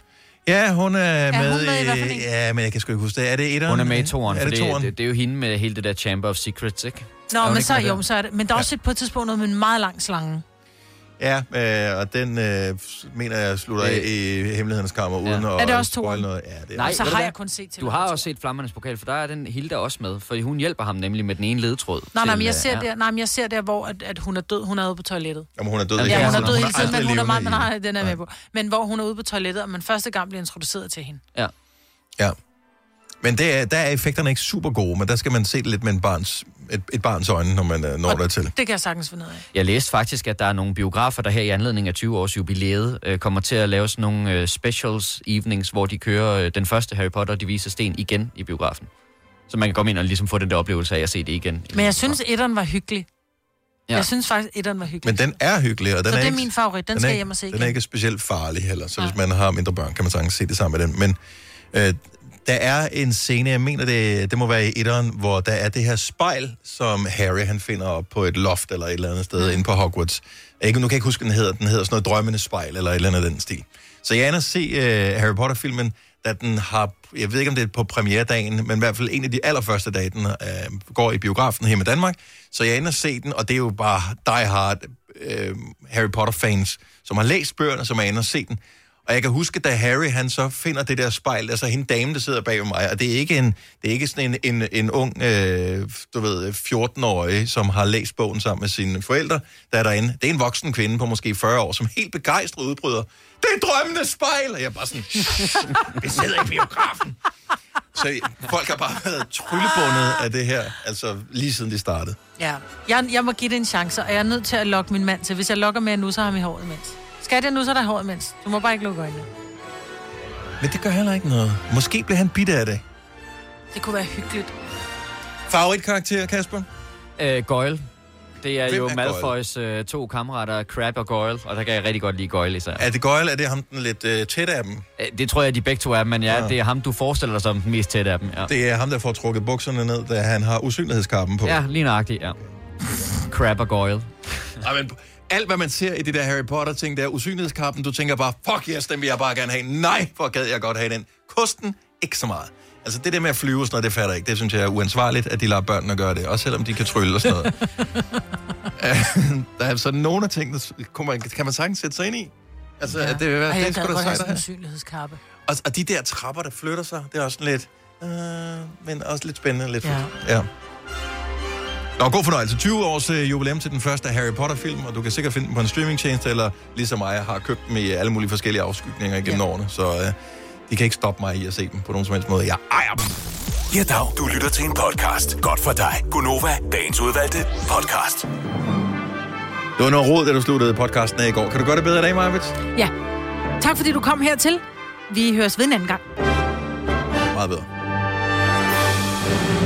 Ja, hun er, Er med, hun med i hvert fald en? Ja, men jeg kan sgu ikke huske det. Er det etteren? Hun er med i toeren, Er for det det, toeren? det, det er jo hende med hele det der Chamber of Secrets, ikke? Nå, Er hun men ikke så, med jo, der? så er det. Men der er også et på et tidspunkt noget med en meget lang slange. Ja, øh, og den øh, mener jeg slutter af i Hemmelighedernes Kammer, uden Ja. at Er det også spoil toeren? noget. Ja, det er Nej, Så ved har du jeg hvad? kun set til. Du har også set Flammernes Pokal, for der er den Hilda også med, for hun hjælper ham nemlig med den ene ledetråd. Nej, nej, til, men jeg øh, ser ja. der, nej, men jeg ser der, hvor at, at hun er død. Hun er ude på toilettet. Jamen, hun er død. Ja, i Ja, hun er filmen. død hele aldrig tiden, men hun er levende meget, i- men nej, den er med på. Men hvor hun er ude på toilettet, og man første gang bliver introduceret til hende. Ja. Ja. Men det er, der er effekterne ikke super gode, men der skal man se det lidt med en barns, et, et barns øjne, når man uh, når Og dertil. det kan jeg sagtens finde ud af. Jeg læste faktisk, at der er nogle biografer, der her i anledning af tyve års jubilæet øh, kommer til at lave sådan nogle øh, specials evenings, hvor de kører øh, den første Harry Potter, de viser sten igen i biografen. Så man kan komme ind og ligesom få den der oplevelse af at se det igen. Men jeg synes, etteren var hyggelig. Ja. Jeg synes faktisk, etteren var hyggelig. Men den er hyggelig, og den Så er det er ikke, min favorit. Den er skal jeg ikke- hjem og se Den igen. er ikke specielt farlig heller, så hvis man har mindre børn, kan man sagtens se det sammen med den. Men øh, der er en scene, jeg mener, det, det må være i etteren, hvor der er det her spejl, som Harry han finder op på et loft eller et eller andet sted inde på Hogwarts. Ikke, nu kan jeg ikke huske, hvad den hedder. Den hedder sådan noget drømmenes spejl eller et eller andet af den stil. Så jeg er inde og se øh, Harry Potter-filmen, da den har, jeg ved ikke om det er på premieredagen, men i hvert fald en af de allerførste dage, den øh, går i biografen her i Danmark. Så jeg er inde og se den, og det er jo bare die hard øh, Harry Potter-fans, som har læst bøgerne, som er inde og se den. Og jeg kan huske, da Harry han så finder det der spejl, altså hende dame, der sidder bag mig, og det er ikke en, det er ikke sådan en, en, en ung, øh, du ved, fjorten-årig, som har læst bogen sammen med sine forældre, der er derinde. Det er en voksen kvinde på måske fyrre år, som helt begejstret udbryder, det er drømmende spejl! Og jeg er bare sådan, vi sidder i biografen. Så folk har bare været tryllebundet af det her, altså lige siden de startede. Ja. Jeg, jeg må give det en chance, og jeg er nødt til at lokke min mand til. Hvis jeg lokker mere nu, så har han i håret imens. Skal jeg nu, så er der håret imens. Du må bare ikke lukke øjnene. Men det gør heller ikke noget. Måske bliver han bitter af det. Det kunne være hyggeligt. Favoritkarakter, Kasper? Øh, Goyle. Det er Hvem jo er Malfoys øh, to kammerater, Crabbe og Goyle, og der kan jeg rigtig godt lide Goyle især. Er det Goyle? Er det ham den lidt øh, tæt af dem? Øh, Det tror jeg, de begge to er, men ja, Ja. det er ham, du forestiller dig som den mest tæt af dem. Ja, Det er ham, der får trukket bukserne ned, da han har usynlighedskappen på. ja lige nøjagtigt, ja. Crabbe og Goyle. Ej, men alt, hvad man ser i det der Harry Potter-ting, der er usynlighedskappen, du tænker bare, fuck yes, den vil jeg bare gerne have. Nej, hvor gad jeg godt have den. Kosten, ikke så meget. Altså det der med at flyve og sådan noget, det fatter jeg ikke. Det synes jeg er uansvarligt, at de lader børnene gøre det. Også selvom de kan trylle og sådan noget. Der er sådan nogle af tingene, kan man, kan man sagtens sætte sig ind i. Altså, Ja. ja. det, vil være, Ej, det er jeg sgu gad da godt have sejt sådan at en have. usynlighedskappe. Og, og de der trapper, der flytter sig, det er også sådan lidt, øh, men også lidt spændende. Lidt Ja. fedt. Ja. Nå, god fornøjelse. tyve års øh, jubilæum til den første Harry Potter-film, og du kan sikkert finde den på en streamingtjeneste, eller ligesom mig har købt dem i alle mulige forskellige afskygninger igennem Ja. årene, så øh, de kan ikke stoppe mig i at se dem på nogen som helst måde. Jeg ejer dem. Ja, dag. Du lytter til en podcast. Godt for dig. Gunova, dagens udvalgte podcast. Det var noget råd, da du sluttede podcasten af i går. Kan du gøre det bedre i dag, Marvitt? Ja. Tak fordi du kom hertil. Vi høres ved en anden gang. Meget bedre.